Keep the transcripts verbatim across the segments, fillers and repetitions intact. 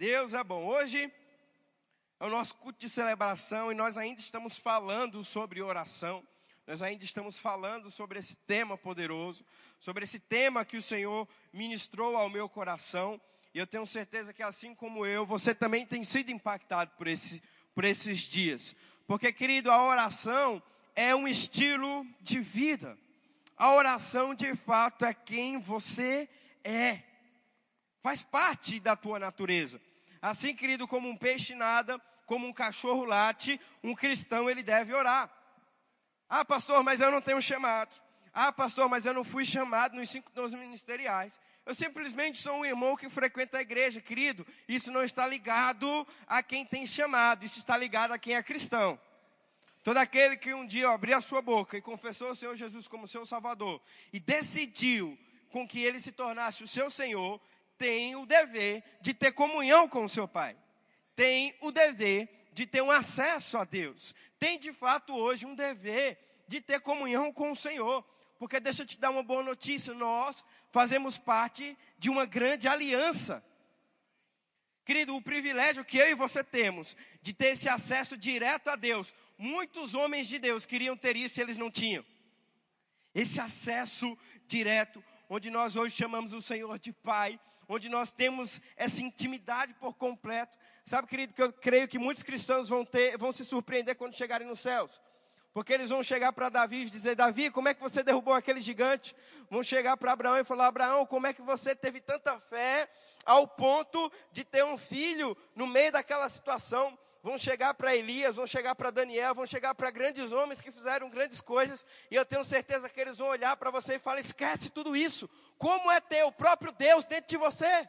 Deus é bom. Hoje é o nosso culto de celebração e nós ainda estamos falando sobre oração. Nós ainda estamos falando sobre esse tema poderoso, sobre esse tema que o Senhor ministrou ao meu coração. E eu tenho certeza que assim como eu, você também tem sido impactado por, esse, por esses dias. Porque, querido, a oração é um estilo de vida. A oração, de fato, é quem você é. Faz parte da tua natureza. Assim, querido, como um peixe nada, como um cachorro late, um cristão, ele deve orar. Ah, pastor, mas eu não tenho chamado. Ah, pastor, mas eu não fui chamado nos cinco dons ministeriais. Eu simplesmente sou um irmão que frequenta a igreja, querido. Isso não está ligado a quem tem chamado, isso está ligado a quem é cristão. Todo aquele que um dia abriu a sua boca e confessou o Senhor Jesus como seu Salvador e decidiu com que ele se tornasse o seu Senhor, tem o dever de ter comunhão com o seu Pai. Tem o dever de ter um acesso a Deus. Tem de fato hoje um dever de ter comunhão com o Senhor. Porque deixa eu te dar uma boa notícia, nós fazemos parte de uma grande aliança. Querido, o privilégio que eu e você temos de ter esse acesso direto a Deus, muitos homens de Deus queriam ter isso e eles não tinham. Esse acesso direto, onde nós hoje chamamos o Senhor de Pai, onde nós temos essa intimidade por completo. Sabe, querido, que eu creio que muitos cristãos vão, ter, vão se surpreender quando chegarem nos céus. Porque eles vão chegar para Davi e dizer, Davi, como é que você derrubou aquele gigante? Vão chegar para Abraão e falar, Abraão, como é que você teve tanta fé ao ponto de ter um filho no meio daquela situação? Vão chegar para Elias, vão chegar para Daniel, vão chegar para grandes homens que fizeram grandes coisas. E eu tenho certeza que eles vão olhar para você e falar, esquece tudo isso. Como é ter o próprio Deus dentro de você?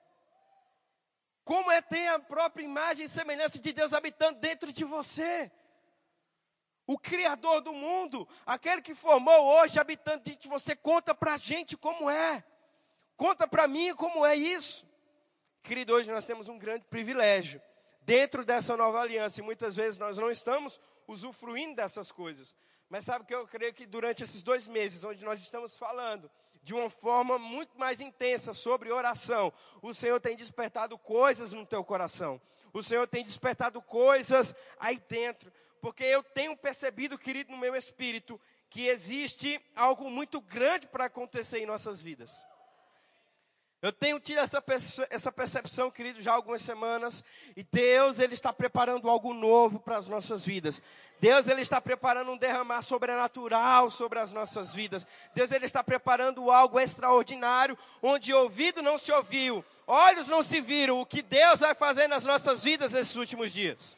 Como é ter a própria imagem e semelhança de Deus habitando dentro de você? O Criador do mundo, aquele que formou hoje habitando dentro de você, conta para a gente como é. Conta para mim como é isso. Querido, hoje nós temos um grande privilégio dentro dessa nova aliança. E muitas vezes nós não estamos usufruindo dessas coisas. Mas sabe que eu creio que durante esses dois meses, onde nós estamos falando de uma forma muito mais intensa sobre oração, o Senhor tem despertado coisas no teu coração. O Senhor tem despertado coisas aí dentro. Porque eu tenho percebido, querido, no meu espírito, que existe algo muito grande para acontecer em nossas vidas. Eu tenho tido essa, perce- essa percepção, querido, já há algumas semanas. E Deus, Ele está preparando algo novo para as nossas vidas. Deus, Ele está preparando um derramar sobrenatural sobre as nossas vidas. Deus, Ele está preparando algo extraordinário, onde ouvido não se ouviu, olhos não se viram, o que Deus vai fazer nas nossas vidas nesses últimos dias.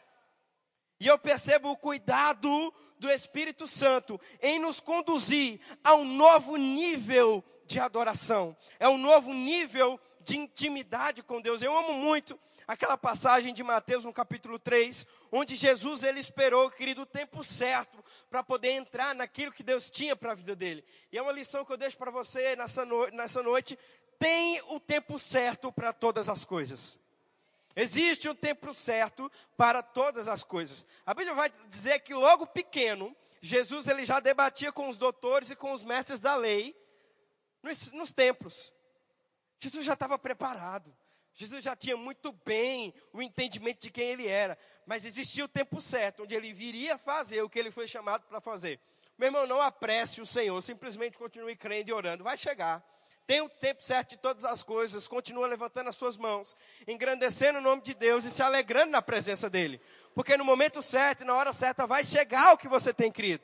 E eu percebo o cuidado do Espírito Santo em nos conduzir a um novo nível de adoração. É um novo nível de intimidade com Deus. Eu amo muito aquela passagem de Mateus no capítulo três, onde Jesus ele esperou, querido, o tempo certo para poder entrar naquilo que Deus tinha para a vida dele. E é uma lição que eu deixo para você nessa, no- nessa noite. Tem o tempo certo para todas as coisas. Existe um tempo certo para todas as coisas. A Bíblia vai dizer que logo pequeno, Jesus ele já debatia com os doutores e com os mestres da lei nos, nos templos. Jesus já estava preparado. Jesus já tinha muito bem o entendimento de quem ele era. Mas existia o tempo certo, onde ele viria fazer o que ele foi chamado para fazer. Meu irmão, não apresse o Senhor, simplesmente continue crendo e orando. Vai chegar. Tem o tempo certo de todas as coisas, continua levantando as suas mãos, engrandecendo o nome de Deus e se alegrando na presença dEle. Porque no momento certo e na hora certa vai chegar o que você tem crido.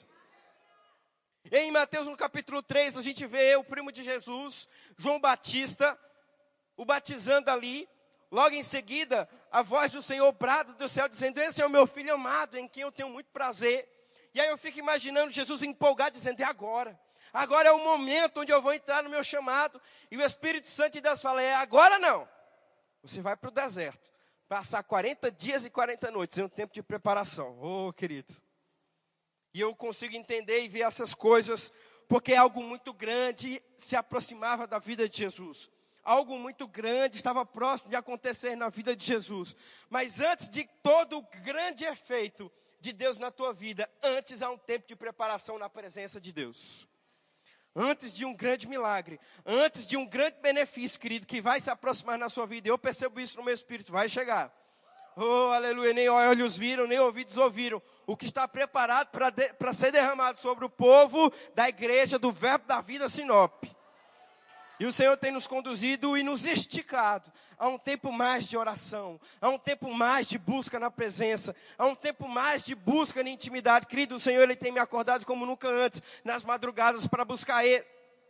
E em Mateus no capítulo três a gente vê o primo de Jesus, João Batista, o batizando ali. Logo em seguida, a voz do Senhor brada do céu dizendo, esse é o meu filho amado em quem eu tenho muito prazer. E aí eu fico imaginando Jesus empolgado dizendo, é agora. Agora é o momento onde eu vou entrar no meu chamado. E o Espírito Santo de Deus fala, é agora não. Você vai para o deserto. Passar quarenta dias e quarenta noites. É um tempo de preparação. Oh, querido. E eu consigo entender e ver essas coisas. Porque algo muito grande se aproximava da vida de Jesus. Algo muito grande estava próximo de acontecer na vida de Jesus. Mas antes de todo o grande efeito de Deus na tua vida, antes há um tempo de preparação na presença de Deus. Antes de um grande milagre, antes de um grande benefício, querido, que vai se aproximar na sua vida, eu percebo isso no meu espírito, vai chegar. Oh, aleluia, nem olhos viram, nem ouvidos ouviram. O que está preparado para de, ser derramado sobre o povo da igreja do Verbo da Vida Sinop. E o Senhor tem nos conduzido e nos esticado a um tempo mais de oração, a um tempo mais de busca na presença, a um tempo mais de busca na intimidade. Querido, o Senhor ele tem me acordado como nunca antes, nas madrugadas para buscar Ele.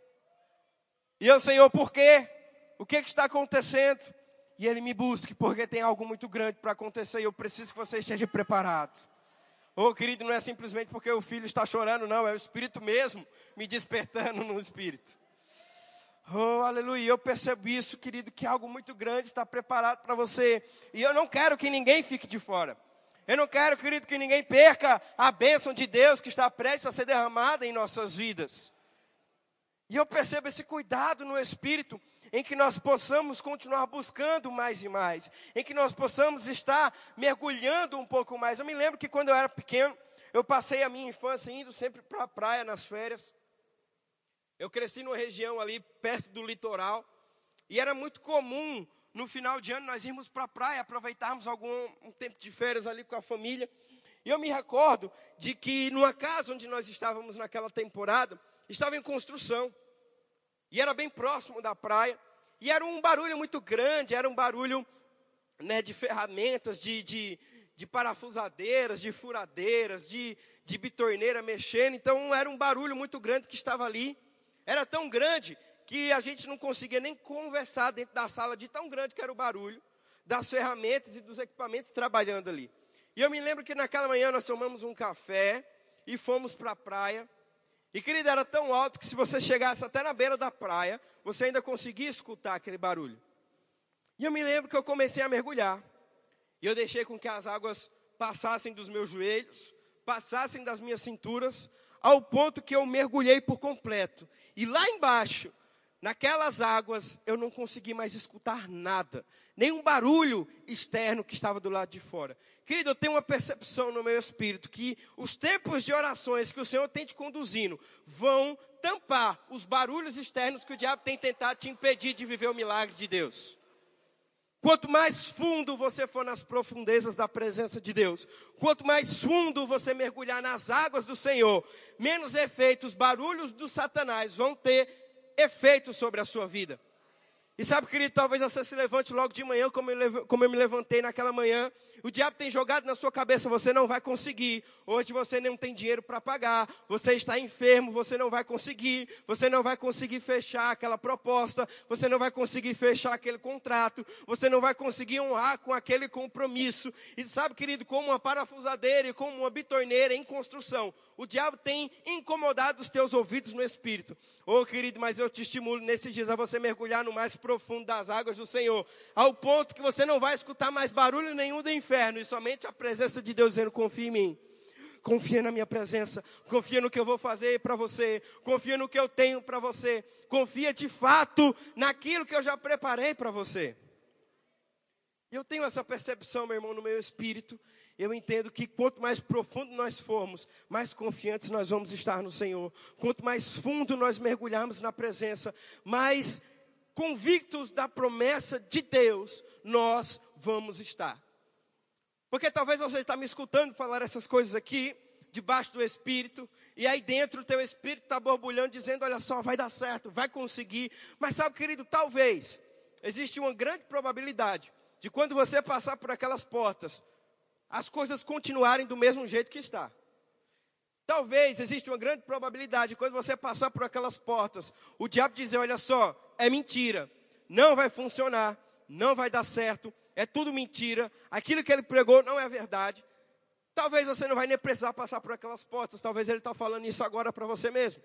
E eu, Senhor, por quê? O que, que está acontecendo? E Ele me busque, porque tem algo muito grande para acontecer e eu preciso que você esteja preparado. Oh, querido, não é simplesmente porque o filho está chorando, não, é o Espírito mesmo me despertando no Espírito. Oh, aleluia, eu percebo isso, querido, que algo muito grande está preparado para você. E eu não quero que ninguém fique de fora. Eu não quero, querido, que ninguém perca a bênção de Deus que está prestes a ser derramada em nossas vidas. E eu percebo esse cuidado no Espírito, em que nós possamos continuar buscando mais e mais. Em que nós possamos estar mergulhando um pouco mais. Eu me lembro que quando eu era pequeno, eu passei a minha infância indo sempre para a praia nas férias. Eu cresci numa região ali perto do litoral e era muito comum no final de ano nós irmos para a praia, aproveitarmos algum um tempo de férias ali com a família. E eu me recordo de que numa casa onde nós estávamos naquela temporada, estava em construção. E era bem próximo da praia. E era um barulho muito grande, era um barulho, né, de ferramentas, de, de, de parafusadeiras, de furadeiras, de, de bitorneira mexendo. Então era um barulho muito grande que estava ali. Era tão grande que a gente não conseguia nem conversar dentro da sala, de tão grande que era o barulho das ferramentas e dos equipamentos trabalhando ali. E eu me lembro que naquela manhã nós tomamos um café e fomos para a praia. E, querido, era tão alto que se você chegasse até na beira da praia, você ainda conseguia escutar aquele barulho. E eu me lembro que eu comecei a mergulhar. E eu deixei com que as águas passassem dos meus joelhos, passassem das minhas cinturas, ao ponto que eu mergulhei por completo. E lá embaixo, naquelas águas, eu não consegui mais escutar nada. Nenhum barulho externo que estava do lado de fora. Querido, eu tenho uma percepção no meu espírito que os tempos de orações que o Senhor tem te conduzindo vão tampar os barulhos externos que o diabo tem tentado te impedir de viver o milagre de Deus. Quanto mais fundo você for nas profundezas da presença de Deus, quanto mais fundo você mergulhar nas águas do Senhor, menos efeitos, os barulhos do Satanás vão ter efeito sobre a sua vida. E sabe, querido, talvez você se levante logo de manhã, como eu, como eu me levantei naquela manhã. O diabo tem jogado na sua cabeça, você não vai conseguir. Hoje você não tem dinheiro para pagar, você está enfermo, você não vai conseguir. Você não vai conseguir fechar aquela proposta, você não vai conseguir fechar aquele contrato, você não vai conseguir honrar com aquele compromisso. E sabe, querido, como uma parafusadeira e como uma bitorneira em construção, o diabo tem incomodado os teus ouvidos no espírito. Oh, querido, mas eu te estimulo nesses dias a você mergulhar no mais profundo das águas do Senhor, ao ponto que você não vai escutar mais barulho nenhum do inferno, e somente a presença de Deus dizendo: confia em mim, confia na minha presença, confia no que eu vou fazer para você, confia no que eu tenho para você, confia de fato naquilo que eu já preparei para você. Eu tenho essa percepção, meu irmão, no meu espírito. Eu entendo que quanto mais profundo nós formos, mais confiantes nós vamos estar no Senhor. Quanto mais fundo nós mergulharmos na presença, mais convictos da promessa de Deus nós vamos estar. Porque talvez você está me escutando falar essas coisas aqui, debaixo do Espírito, e aí dentro o teu Espírito está borbulhando, dizendo: olha só, vai dar certo, vai conseguir. Mas sabe, querido, talvez existe uma grande probabilidade de quando você passar por aquelas portas, as coisas continuarem do mesmo jeito que está. Talvez exista uma grande probabilidade, quando você passar por aquelas portas, o diabo dizer: olha só, é mentira, não vai funcionar, não vai dar certo, é tudo mentira, aquilo que ele pregou não é verdade. Talvez você não vai nem precisar passar por aquelas portas, talvez ele está falando isso agora para você mesmo.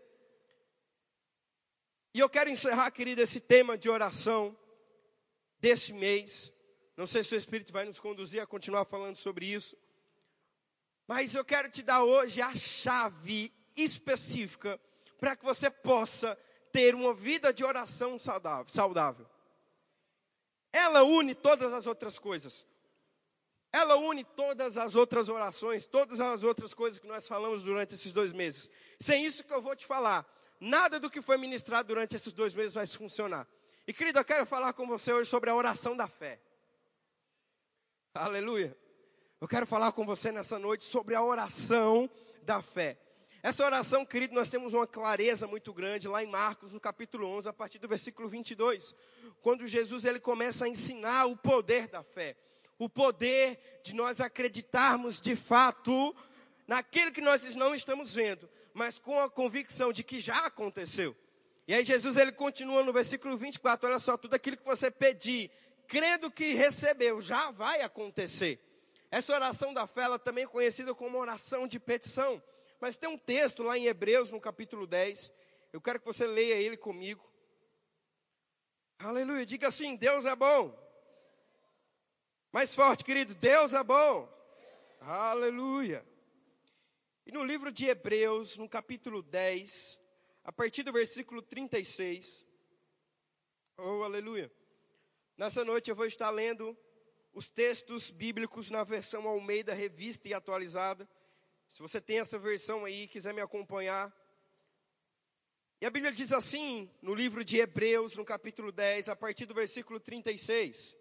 E eu quero encerrar, querido, esse tema de oração desse mês. Não sei se o Espírito vai nos conduzir a continuar falando sobre isso. Mas eu quero te dar hoje a chave específica para que você possa ter uma vida de oração saudável. Ela une todas as outras coisas. Ela une todas as outras orações, todas as outras coisas que nós falamos durante esses dois meses. Sem isso que eu vou te falar, nada do que foi ministrado durante esses dois meses vai funcionar. E querido, eu quero falar com você hoje sobre a oração da fé. Aleluia. Eu quero falar com você nessa noite sobre a oração da fé. Essa oração, querido, nós temos uma clareza muito grande lá em Marcos, no capítulo onze, a partir do versículo vinte e dois. Quando Jesus ele começa a ensinar o poder da fé. O poder de nós acreditarmos de fato naquilo que nós não estamos vendo, mas com a convicção de que já aconteceu. E aí Jesus ele continua no versículo vinte e quatro, olha só, tudo aquilo que você pedir, crendo que recebeu, já vai acontecer. Essa oração da fé, ela também é conhecida como oração de petição. Mas tem um texto lá em Hebreus, no capítulo dez. Eu quero que você leia ele comigo. Aleluia, diga assim, Deus é bom. Mais forte, querido, Deus é bom. Aleluia. E no livro de Hebreus, no capítulo dez, a partir do versículo trinta e seis. Oh, aleluia. Nessa noite eu vou estar lendo os textos bíblicos na versão Almeida, revista e atualizada. Se você tem essa versão aí, quiser me acompanhar. E a Bíblia diz assim, no livro de Hebreus, no capítulo dez, a partir do versículo trinta e seis.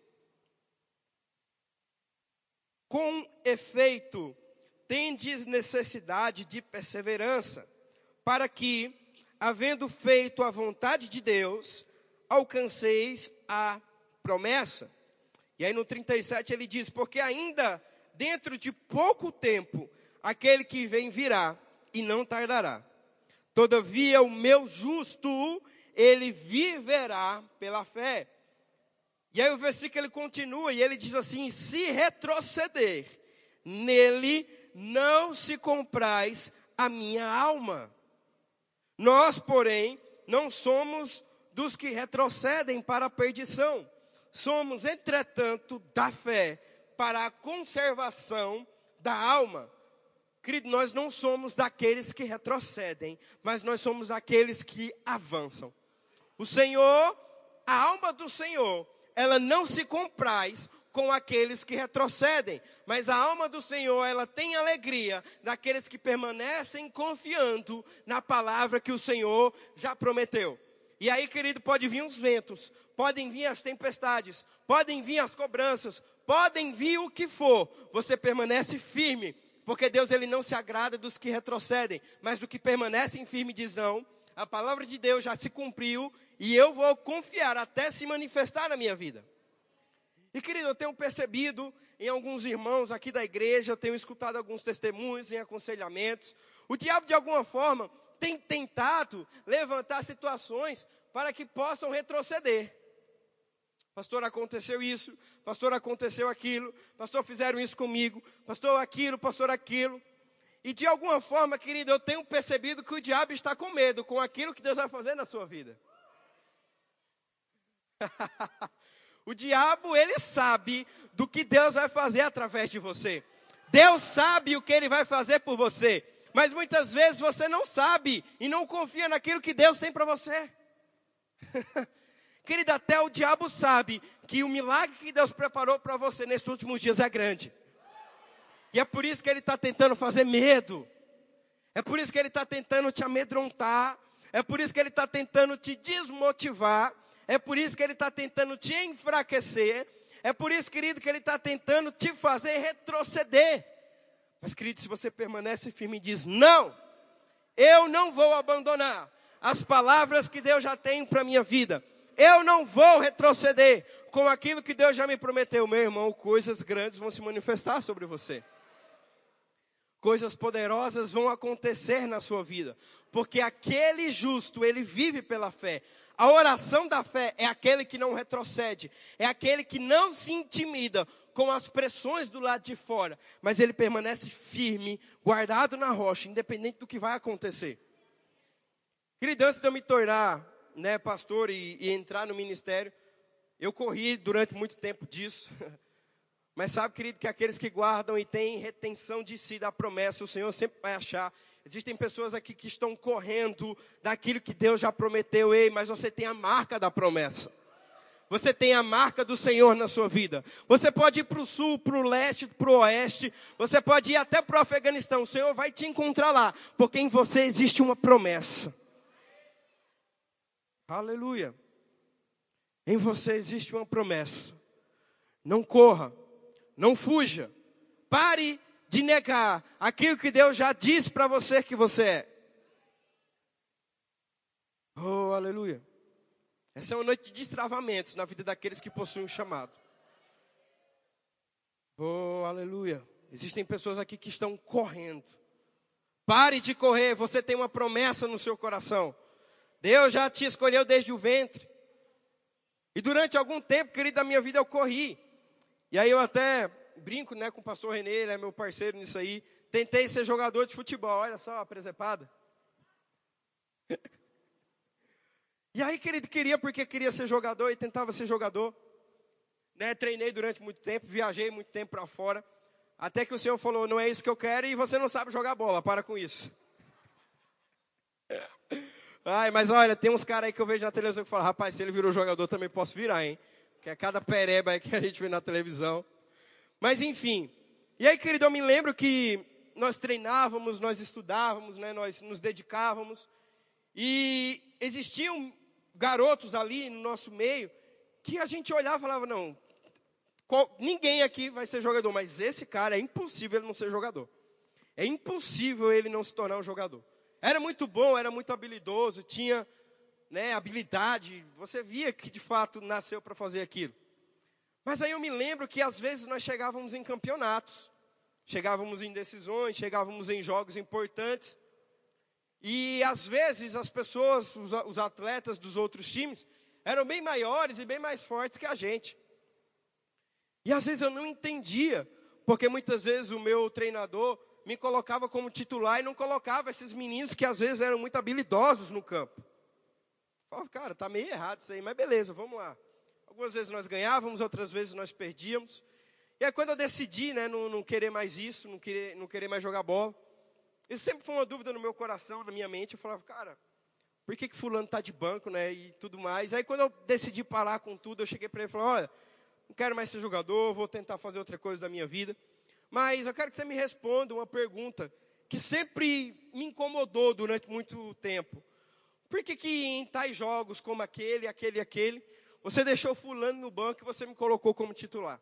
Com efeito, tendes necessidade de perseverança, para que, havendo feito a vontade de Deus, alcanceis a promessa. E aí no trinta e sete ele diz, porque ainda dentro de pouco tempo, aquele que vem virá e não tardará. Todavia o meu justo, ele viverá pela fé. E aí o versículo ele continua e ele diz assim, se retroceder, nele não se compraz a minha alma. Nós, porém, não somos dos que retrocedem para a perdição. Somos, entretanto, da fé para a conservação da alma. Querido, nós não somos daqueles que retrocedem, mas nós somos daqueles que avançam. O Senhor, a alma do Senhor, ela não se compraz com aqueles que retrocedem, mas a alma do Senhor, ela tem alegria daqueles que permanecem confiando na palavra que o Senhor já prometeu. E aí, querido, pode vir os ventos, podem vir as tempestades, podem vir as cobranças, podem vir o que for, você permanece firme, porque Deus ele não se agrada dos que retrocedem, mas do que permanecem firme diz não, a palavra de Deus já se cumpriu e eu vou confiar até se manifestar na minha vida. E querido, eu tenho percebido em alguns irmãos aqui da igreja, eu tenho escutado alguns testemunhos em aconselhamentos, o diabo de alguma forma tem tentado levantar situações para que possam retroceder. Pastor, aconteceu isso, pastor, aconteceu aquilo, pastor, fizeram isso comigo, pastor, aquilo, pastor, aquilo. E de alguma forma, querido, eu tenho percebido que o diabo está com medo com aquilo que Deus vai fazer na sua vida. O diabo, ele sabe do que Deus vai fazer através de você. Deus sabe o que ele vai fazer por você. Mas muitas vezes você não sabe e não confia naquilo que Deus tem para você. Querido, até o diabo sabe que o milagre que Deus preparou para você nesses últimos dias é grande. E é por isso que ele está tentando fazer medo. É por isso que ele está tentando te amedrontar. É por isso que ele está tentando te desmotivar. É por isso que ele está tentando te enfraquecer. É por isso, querido, que ele está tentando te fazer retroceder. Mas, querido, se você permanece firme e diz, não, eu não vou abandonar as palavras que Deus já tem para a minha vida. Eu não vou retroceder com aquilo que Deus já me prometeu. Meu irmão, coisas grandes vão se manifestar sobre você. Coisas poderosas vão acontecer na sua vida. Porque aquele justo, ele vive pela fé. A oração da fé é aquele que não retrocede. É aquele que não se intimida com as pressões do lado de fora. Mas ele permanece firme, guardado na rocha, independente do que vai acontecer. Querido, antes de eu me tornar, né, pastor e, e entrar no ministério, eu corri durante muito tempo disso. Mas sabe, querido, que aqueles que guardam e têm retenção de si da promessa, o Senhor sempre vai achar. Existem pessoas aqui que estão correndo daquilo que Deus já prometeu. Ei, mas você tem a marca da promessa. Você tem a marca do Senhor na sua vida. Você pode ir para o sul, para o leste, para o oeste. Você pode ir até para o Afeganistão. O Senhor vai te encontrar lá. Porque em você existe uma promessa. Aleluia. Em você existe uma promessa. Não corra, não fuja. Pare de negar aquilo que Deus já disse para você que você é. Oh, aleluia. Essa é uma noite de destravamentos na vida daqueles que possuem um chamado. Oh, aleluia. Existem pessoas aqui que estão correndo. Pare de correr, você tem uma promessa no seu coração. Deus já te escolheu desde o ventre. E durante algum tempo, querido, da minha vida eu corri. E aí eu até brinco, né, com o pastor Renê, ele é meu parceiro nisso aí. Tentei ser jogador de futebol, olha só a presepada. E aí, querido, queria porque queria ser jogador e tentava ser jogador. Né, treinei durante muito tempo, viajei muito tempo para fora. Até que o Senhor falou, não é isso que eu quero e você não sabe jogar bola, para com isso. Ai, mas olha, tem uns caras aí que eu vejo na televisão que falam, rapaz, se ele virou jogador, também posso virar, hein? Que é cada pereba aí que a gente vê na televisão. Mas enfim, e aí, querido, eu me lembro que nós treinávamos, nós estudávamos, né, nós nos dedicávamos. E existiam garotos ali no nosso meio que a gente olhava e falava, não, qual, ninguém aqui vai ser jogador, mas esse cara é impossível ele não ser jogador. É impossível ele não se tornar um jogador. Era muito bom, era muito habilidoso, tinha, né, habilidade. Você via que de fato nasceu para fazer aquilo. Mas aí eu me lembro que às vezes nós chegávamos em campeonatos. Chegávamos em decisões, chegávamos em jogos importantes. E às vezes as pessoas, os, os atletas dos outros times, eram bem maiores e bem mais fortes que a gente. E às vezes eu não entendia, porque muitas vezes o meu treinador me colocava como titular e não colocava esses meninos que às vezes eram muito habilidosos no campo. Eu falava, cara, tá meio errado isso aí, mas beleza, vamos lá. Algumas vezes nós ganhávamos, outras vezes nós perdíamos. E aí quando eu decidi, né, não, não querer mais isso, não querer, não querer mais jogar bola, isso sempre foi uma dúvida no meu coração, na minha mente. Eu falava, cara, por que que fulano está de banco, né, e tudo mais. Aí quando eu decidi parar com tudo, eu cheguei para ele e falei, olha, não quero mais ser jogador, vou tentar fazer outra coisa da minha vida. Mas eu quero que você me responda uma pergunta que sempre me incomodou durante muito tempo. Por que que em tais jogos como aquele, aquele e aquele, você deixou fulano no banco e você me colocou como titular?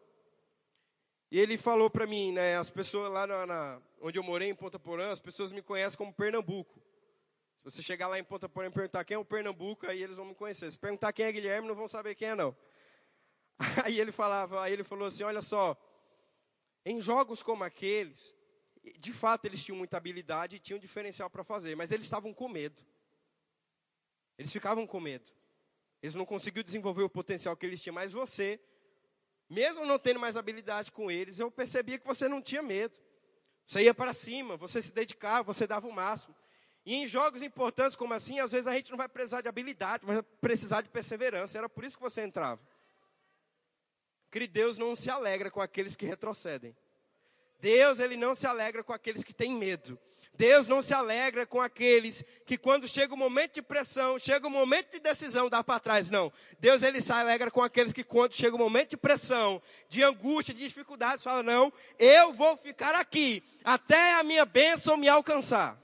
E ele falou para mim, né, as pessoas lá na, na, onde eu morei, em Ponta Porã, as pessoas me conhecem como Pernambuco. Se você chegar lá em Ponta Porã e perguntar quem é o Pernambuco, aí eles vão me conhecer. Se perguntar quem é Guilherme, não vão saber quem é, não. Aí ele falava, aí ele falou assim, olha só, em jogos como aqueles, de fato eles tinham muita habilidade e tinham um diferencial para fazer, mas eles estavam com medo. Eles ficavam com medo. Eles não conseguiam desenvolver o potencial que eles tinham, mas você, mesmo não tendo mais habilidade com eles, eu percebia que você não tinha medo. Você ia para cima, você se dedicava, você dava o máximo. E em jogos importantes como assim, às vezes a gente não vai precisar de habilidade, vai precisar de perseverança. Era por isso que você entrava. Que Deus não se alegra com aqueles que retrocedem. Deus, ele não se alegra com aqueles que têm medo. Deus não se alegra com aqueles que quando chega o momento de pressão, chega o momento de decisão, dá para trás. Não. Deus, ele se alegra com aqueles que quando chega o momento de pressão, de angústia, de dificuldades, fala, não, eu vou ficar aqui até a minha bênção me alcançar.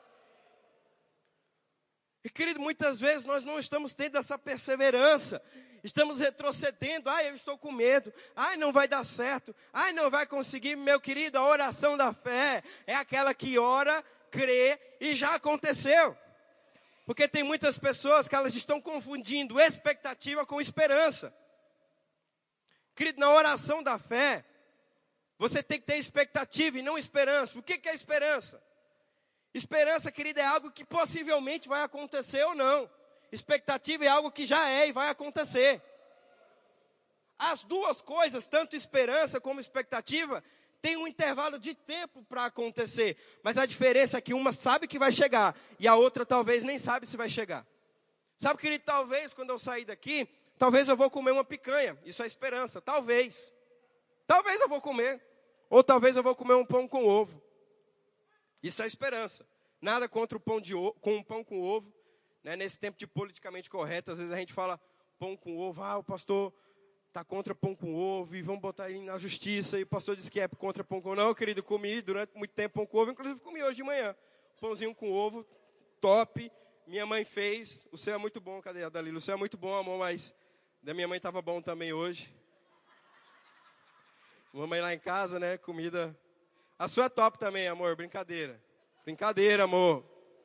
E querido, muitas vezes nós não estamos tendo essa perseverança. Estamos retrocedendo, ai, eu estou com medo, ai, não vai dar certo, ai, não vai conseguir. Meu querido, a oração da fé é aquela que ora, crê e já aconteceu. Porque tem muitas pessoas que elas estão confundindo expectativa com esperança. Querido, na oração da fé, você tem que ter expectativa e não esperança. O que é esperança? Esperança, querido, é algo que possivelmente vai acontecer ou não. Expectativa é algo que já é e vai acontecer. As duas coisas, tanto esperança como expectativa, tem um intervalo de tempo para acontecer. Mas a diferença é que uma sabe que vai chegar e a outra talvez nem sabe se vai chegar. Sabe, querido, talvez quando eu sair daqui, talvez eu vou comer uma picanha. Isso é esperança, talvez. Talvez eu vou comer. Ou talvez eu vou comer um pão com ovo. Isso é esperança. Nada contra o pão, de ovo, com um pão com ovo. Né, nesse tempo de politicamente correto, às vezes a gente fala pão com ovo, ah, o pastor está contra pão com ovo, e vamos botar ele na justiça, e o pastor disse que é contra pão com ovo. Não, querido, comi durante muito tempo pão com ovo, inclusive comi hoje de manhã. Pãozinho com ovo, top, minha mãe fez. O seu é muito bom, cadê a Dalila? O seu é muito bom, amor, mas da minha mãe estava bom também hoje. Mamãe lá em casa, né, comida. A sua é top também, amor, brincadeira. Brincadeira, amor.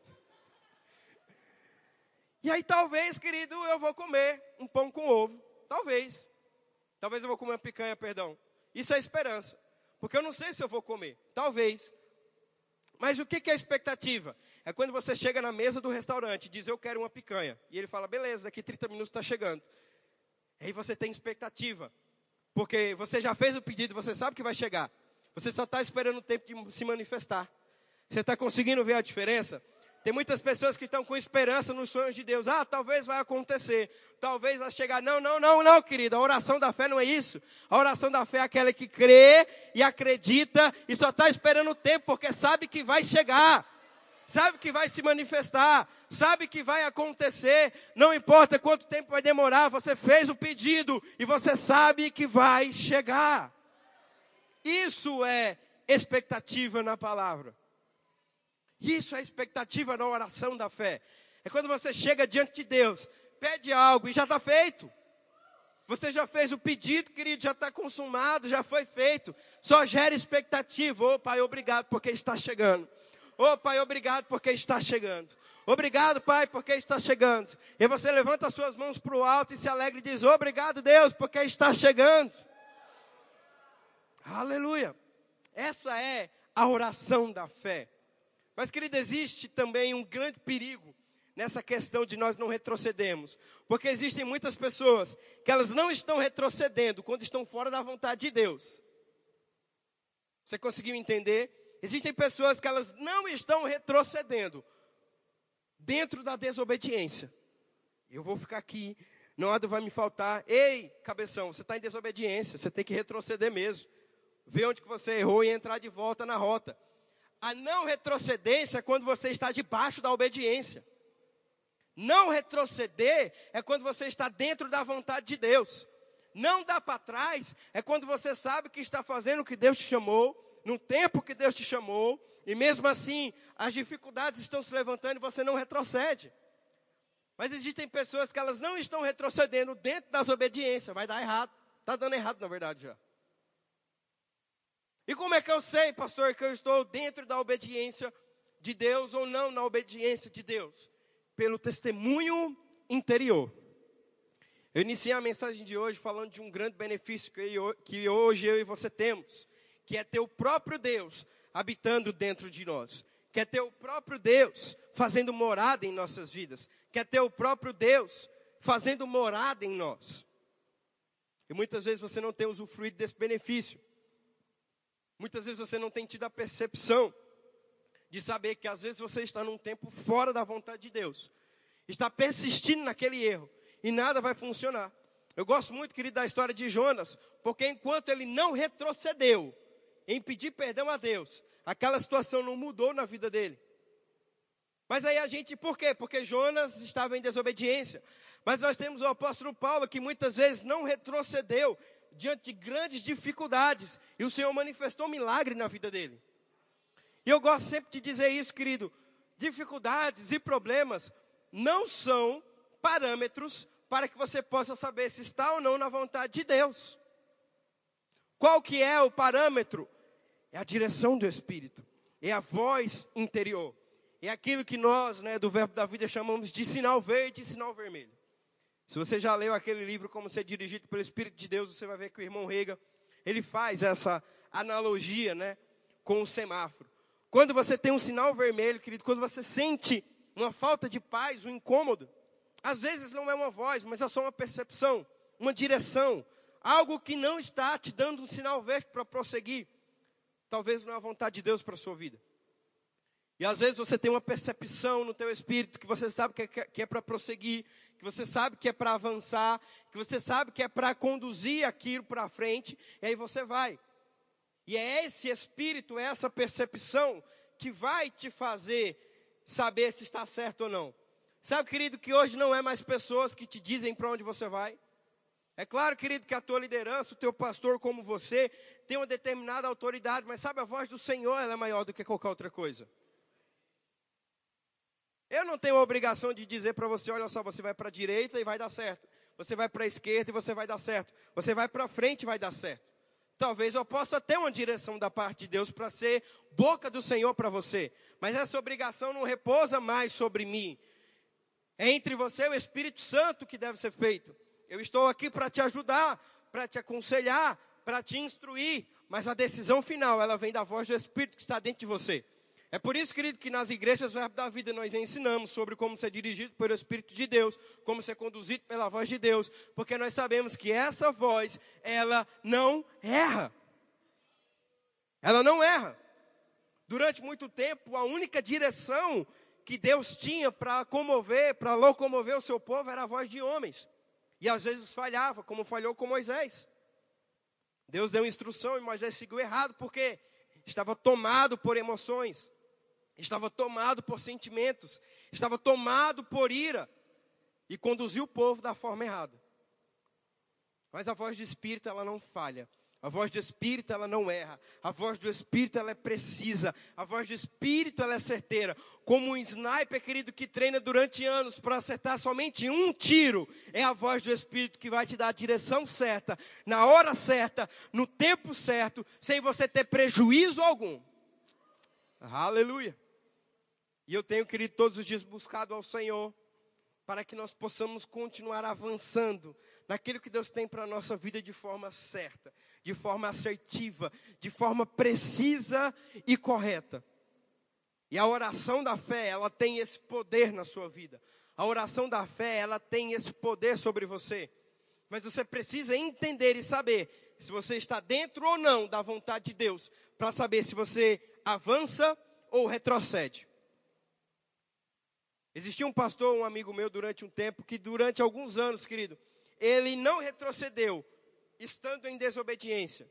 E aí talvez, querido, eu vou comer um pão com ovo. Talvez. Talvez eu vou comer uma picanha, perdão. Isso é esperança. Porque eu não sei se eu vou comer. Talvez. Mas o que é a expectativa? É quando você chega na mesa do restaurante e diz, eu quero uma picanha. E ele fala, beleza, daqui trinta minutos está chegando. Aí você tem expectativa. Porque você já fez o pedido, você sabe que vai chegar. Você só está esperando o tempo de se manifestar. Você está conseguindo ver a diferença? Tem muitas pessoas que estão com esperança nos sonhos de Deus. Ah, talvez vai acontecer. Talvez vai chegar. Não, não, não, não, querido. A oração da fé não é isso. A oração da fé é aquela que crê e acredita e só está esperando o tempo, porque sabe que vai chegar. Sabe que vai se manifestar. Sabe que vai acontecer. Não importa quanto tempo vai demorar. Você fez o pedido e você sabe que vai chegar. Isso é expectativa na palavra. Isso é expectativa na oração da fé. É quando você chega diante de Deus, pede algo e já está feito. Você já fez o pedido, querido, já está consumado, já foi feito. Só gera expectativa. Ô Pai, obrigado porque está chegando. Ô Pai, obrigado porque está chegando. Obrigado, Pai, porque está chegando. E você levanta as suas mãos para o alto e se alegra e diz, obrigado, Deus, porque está chegando. Aleluia. Essa é a oração da fé. Mas, querido, existe também um grande perigo nessa questão de nós não retrocedermos. Porque existem muitas pessoas que elas não estão retrocedendo quando estão fora da vontade de Deus. Você conseguiu entender? Existem pessoas que elas não estão retrocedendo dentro da desobediência. Eu vou ficar aqui, nada vai me faltar. Ei, cabeção, você está em desobediência, você tem que retroceder mesmo. Ver onde que você errou e entrar de volta na rota. A não retrocedência é quando você está debaixo da obediência. Não retroceder é quando você está dentro da vontade de Deus. Não dar para trás é quando você sabe que está fazendo o que Deus te chamou, no tempo que Deus te chamou, e mesmo assim as dificuldades estão se levantando e você não retrocede. Mas existem pessoas que elas não estão retrocedendo dentro das obediências. Vai dar errado. Está dando errado na verdade já. E como é que eu sei, pastor, que eu estou dentro da obediência de Deus ou não na obediência de Deus? Pelo testemunho interior. Eu iniciei a mensagem de hoje falando de um grande benefício que hoje eu e você temos, que é ter o próprio Deus habitando dentro de nós. Que é ter o próprio Deus fazendo morada em nossas vidas. Que é ter o próprio Deus fazendo morada em nós. E muitas vezes você não tem usufruído desse benefício. Muitas vezes você não tem tido a percepção de saber que às vezes você está num tempo fora da vontade de Deus. Está persistindo naquele erro e nada vai funcionar. Eu gosto muito, querido, da história de Jonas, porque enquanto ele não retrocedeu em pedir perdão a Deus, aquela situação não mudou na vida dele. Mas aí a gente, por quê? Porque Jonas estava em desobediência. Mas nós temos o apóstolo Paulo que muitas vezes não retrocedeu diante de grandes dificuldades. E o Senhor manifestou um milagre na vida dele. E eu gosto sempre de dizer isso, querido. Dificuldades e problemas não são parâmetros para que você possa saber se está ou não na vontade de Deus. Qual que é o parâmetro? É a direção do Espírito. É a voz interior. É aquilo que nós, né, do Verbo da Vida, chamamos de sinal verde e sinal vermelho. Se você já leu aquele livro, Como Ser Dirigido pelo Espírito de Deus, você vai ver que o irmão Rega, ele faz essa analogia, né, com o semáforo. Quando você tem um sinal vermelho, querido, quando você sente uma falta de paz, um incômodo, às vezes não é uma voz, mas é só uma percepção, uma direção, algo que não está te dando um sinal verde para prosseguir. Talvez não é a vontade de Deus para a sua vida. E às vezes você tem uma percepção no teu espírito que você sabe que é, que é para prosseguir, que você sabe que é para avançar, que você sabe que é para conduzir aquilo para frente, e aí você vai. E é esse espírito, é essa percepção que vai te fazer saber se está certo ou não. Sabe, querido, que hoje não é mais pessoas que te dizem para onde você vai. É claro, querido, que a tua liderança, o teu pastor como você, tem uma determinada autoridade, mas sabe, a voz do Senhor ela é maior do que qualquer outra coisa. Eu não tenho a obrigação de dizer para você, olha só, você vai para a direita e vai dar certo. Você vai para a esquerda e você vai dar certo. Você vai para frente e vai dar certo. Talvez eu possa ter uma direção da parte de Deus para ser boca do Senhor para você. Mas essa obrigação não repousa mais sobre mim. É entre você e o Espírito Santo que deve ser feito. Eu estou aqui para te ajudar, para te aconselhar, para te instruir. Mas a decisão final, ela vem da voz do Espírito que está dentro de você. É por isso, querido, que nas igrejas do Verbo da Vida nós ensinamos sobre como ser dirigido pelo Espírito de Deus, como ser conduzido pela voz de Deus, porque nós sabemos que essa voz, ela não erra. Ela não erra. Durante muito tempo, a única direção que Deus tinha para comover, para locomover o seu povo era a voz de homens. E às vezes falhava, como falhou com Moisés. Deus deu instrução e Moisés seguiu errado, porque estava tomado por emoções. Estava tomado por sentimentos, estava tomado por ira e conduziu o povo da forma errada. Mas a voz do Espírito, ela não falha. A voz do Espírito, ela não erra. A voz do Espírito, ela é precisa. A voz do Espírito, ela é certeira. Como um sniper, querido, que treina durante anos para acertar somente um tiro. É a voz do Espírito que vai te dar a direção certa, na hora certa, no tempo certo, sem você ter prejuízo algum. Aleluia. E eu tenho, querido, todos os dias buscado ao Senhor, para que nós possamos continuar avançando naquilo que Deus tem para a nossa vida de forma certa, de forma assertiva, de forma precisa e correta. E a oração da fé, ela tem esse poder na sua vida. A oração da fé, ela tem esse poder sobre você. Mas você precisa entender e saber se você está dentro ou não da vontade de Deus, para saber se você avança ou retrocede. Existia um pastor, um amigo meu, durante um tempo, que durante alguns anos, querido, ele não retrocedeu, estando em desobediência.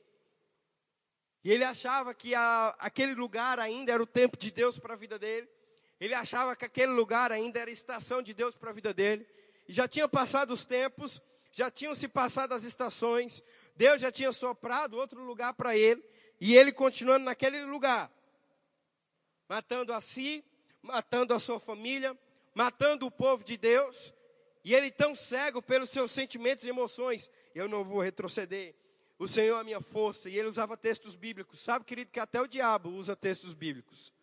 E ele achava que a, aquele lugar ainda era o tempo de Deus para a vida dele. Ele achava que aquele lugar ainda era a estação de Deus para a vida dele. E já tinha passado os tempos, já tinham se passado as estações. Deus já tinha soprado outro lugar para ele. E ele continuando naquele lugar, matando a si, matando a sua família, matando o povo de Deus, e ele tão cego pelos seus sentimentos e emoções. Eu não vou retroceder, o Senhor é a minha força. E ele usava textos bíblicos. Sabe, querido, que até o diabo usa textos bíblicos.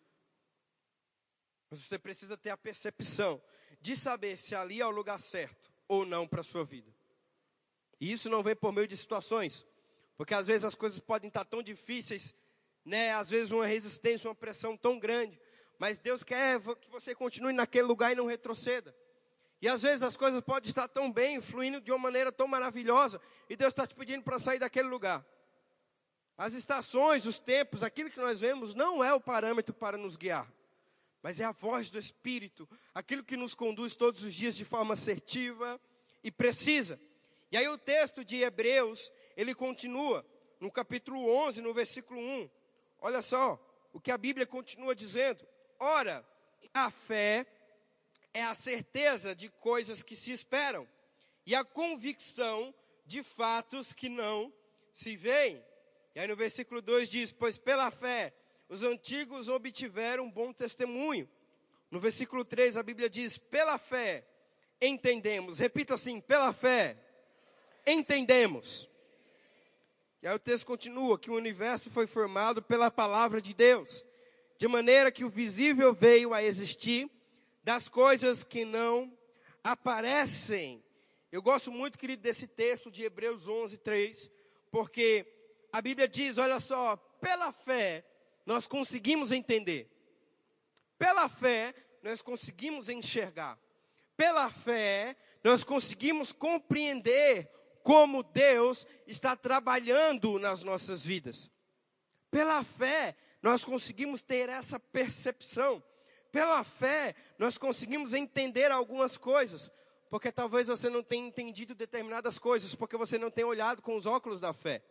Mas você precisa ter a percepção de saber se ali é o lugar certo ou não para a sua vida. E isso não vem por meio de situações, porque às vezes as coisas podem estar tão difíceis, né? Às vezes uma resistência, uma pressão tão grande. Mas Deus quer que você continue naquele lugar e não retroceda. E às vezes as coisas podem estar tão bem, fluindo de uma maneira tão maravilhosa, e Deus está te pedindo para sair daquele lugar. As estações, os tempos, aquilo que nós vemos, não é o parâmetro para nos guiar. Mas é a voz do Espírito, aquilo que nos conduz todos os dias de forma assertiva e precisa. E aí o texto de Hebreus, ele continua, no capítulo onze, no versículo um. Olha só, o que a Bíblia continua dizendo. Ora, a fé é a certeza de coisas que se esperam e a convicção de fatos que não se veem. E aí no versículo dois diz, pois pela fé os antigos obtiveram bom testemunho. No versículo três a Bíblia diz, pela fé entendemos. Repita assim, pela fé entendemos. E aí o texto continua, que o universo foi formado pela palavra de Deus, de maneira que o visível veio a existir das coisas que não aparecem. Eu gosto muito, querido, desse texto de Hebreus onze, três, porque a Bíblia diz, olha só, pela fé nós conseguimos entender. Pela fé nós conseguimos enxergar. Pela fé nós conseguimos compreender como Deus está trabalhando nas nossas vidas. Pela fé nós conseguimos ter essa percepção. Pela fé, nós conseguimos entender algumas coisas. Porque talvez você não tenha entendido determinadas coisas. Porque você não tem olhado com os óculos da fé.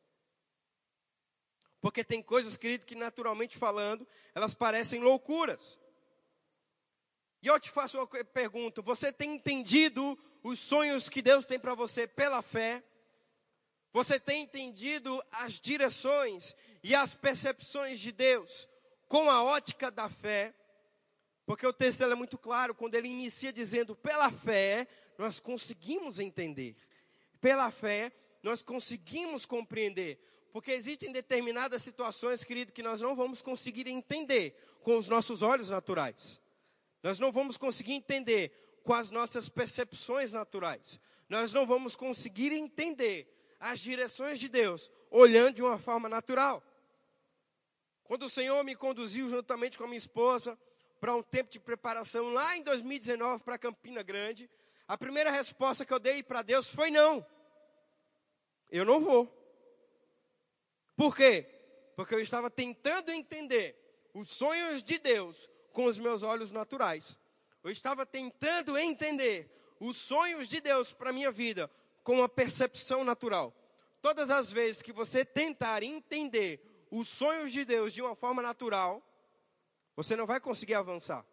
Porque tem coisas, querido, que naturalmente falando, elas parecem loucuras. E eu te faço uma pergunta. Você tem entendido os sonhos que Deus tem para você pela fé? Você tem entendido as direções e as percepções de Deus com a ótica da fé? Porque o texto é muito claro, quando ele inicia dizendo, pela fé, nós conseguimos entender. Pela fé, nós conseguimos compreender. Porque existem determinadas situações, querido, que nós não vamos conseguir entender com os nossos olhos naturais. Nós não vamos conseguir entender com as nossas percepções naturais. Nós não vamos conseguir entender as direções de Deus olhando de uma forma natural. Quando o Senhor me conduziu juntamente com a minha esposa para um tempo de preparação lá em dois mil e dezenove para Campina Grande, a primeira resposta que eu dei para Deus foi não. Eu não vou. Por quê? Porque eu estava tentando entender os sonhos de Deus com os meus olhos naturais. Eu estava tentando entender os sonhos de Deus para a minha vida com uma percepção natural. Todas as vezes que você tentar entender os sonhos de Deus de uma forma natural, você não vai conseguir avançar.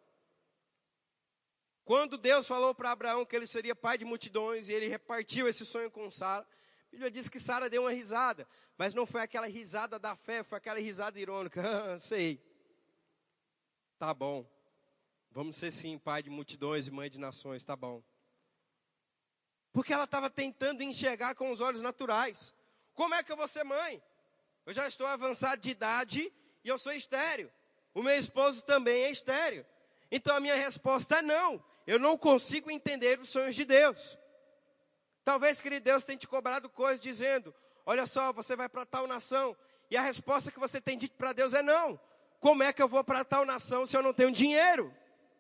Quando Deus falou para Abraão que ele seria pai de multidões e ele repartiu esse sonho com Sara, a Bíblia diz que Sara deu uma risada, mas não foi aquela risada da fé, foi aquela risada irônica. Ah, sei. Tá bom. Vamos ser sim pai de multidões e mãe de nações, tá bom. Porque ela estava tentando enxergar com os olhos naturais. Como é que eu vou ser mãe? Eu já estou avançado de idade e eu sou estéril. O meu esposo também é estéril. Então a minha resposta é não. Eu não consigo entender os sonhos de Deus. Talvez, querido, Deus tenha te cobrado coisas dizendo, olha só, você vai para tal nação. E a resposta que você tem dito para Deus é não. Como é que eu vou para tal nação se eu não tenho dinheiro?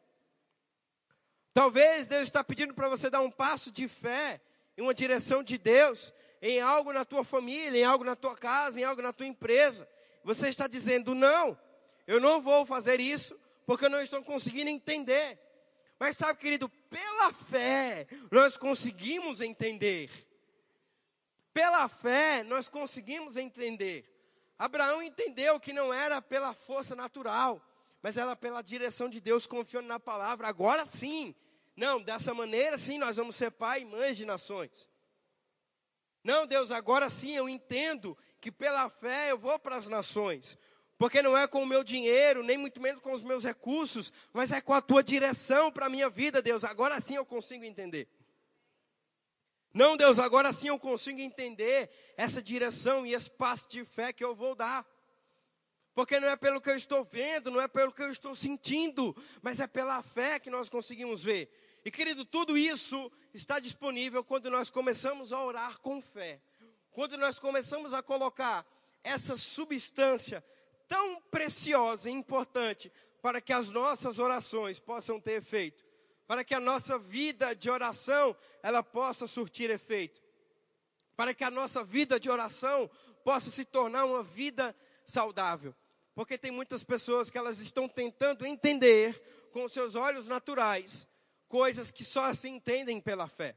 Talvez Deus está pedindo para você dar um passo de fé em uma direção de Deus, em algo na tua família, em algo na tua casa, em algo na tua empresa. Você está dizendo, não, eu não vou fazer isso, porque eu não estou conseguindo entender. Mas sabe, querido, pela fé, nós conseguimos entender. Pela fé, nós conseguimos entender. Abraão entendeu que não era pela força natural, mas era pela direção de Deus, confiando na palavra. Agora sim, não, dessa maneira sim, nós vamos ser pai e mãe de nações. Não, Deus, agora sim eu entendo que pela fé eu vou para as nações. Porque não é com o meu dinheiro, nem muito menos com os meus recursos, mas é com a tua direção para a minha vida, Deus. Agora sim eu consigo entender. Não, Deus, agora sim eu consigo entender essa direção e esse passo de fé que eu vou dar. Porque não é pelo que eu estou vendo, não é pelo que eu estou sentindo, mas é pela fé que nós conseguimos ver. E querido, tudo isso está disponível quando nós começamos a orar com fé. Quando nós começamos a colocar essa substância tão preciosa e importante para que as nossas orações possam ter efeito. Para que a nossa vida de oração, ela possa surtir efeito. Para que a nossa vida de oração possa se tornar uma vida saudável. Porque tem muitas pessoas que elas estão tentando entender com os seus olhos naturais coisas que só se entendem pela fé.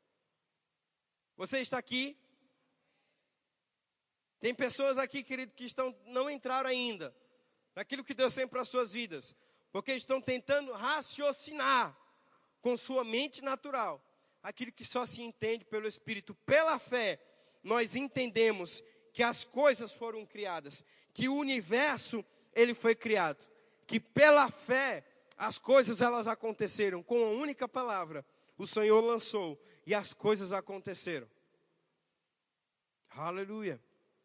Você está aqui? Tem pessoas aqui, querido, que estão, não entraram ainda naquilo que Deus tem para as suas vidas. Porque estão tentando raciocinar com sua mente natural aquilo que só se entende pelo Espírito. Pela fé, nós entendemos que as coisas foram criadas, que o universo, ele foi criado. Que pela fé, as coisas elas aconteceram. Com a única palavra, o Senhor lançou e as coisas aconteceram. Aleluia.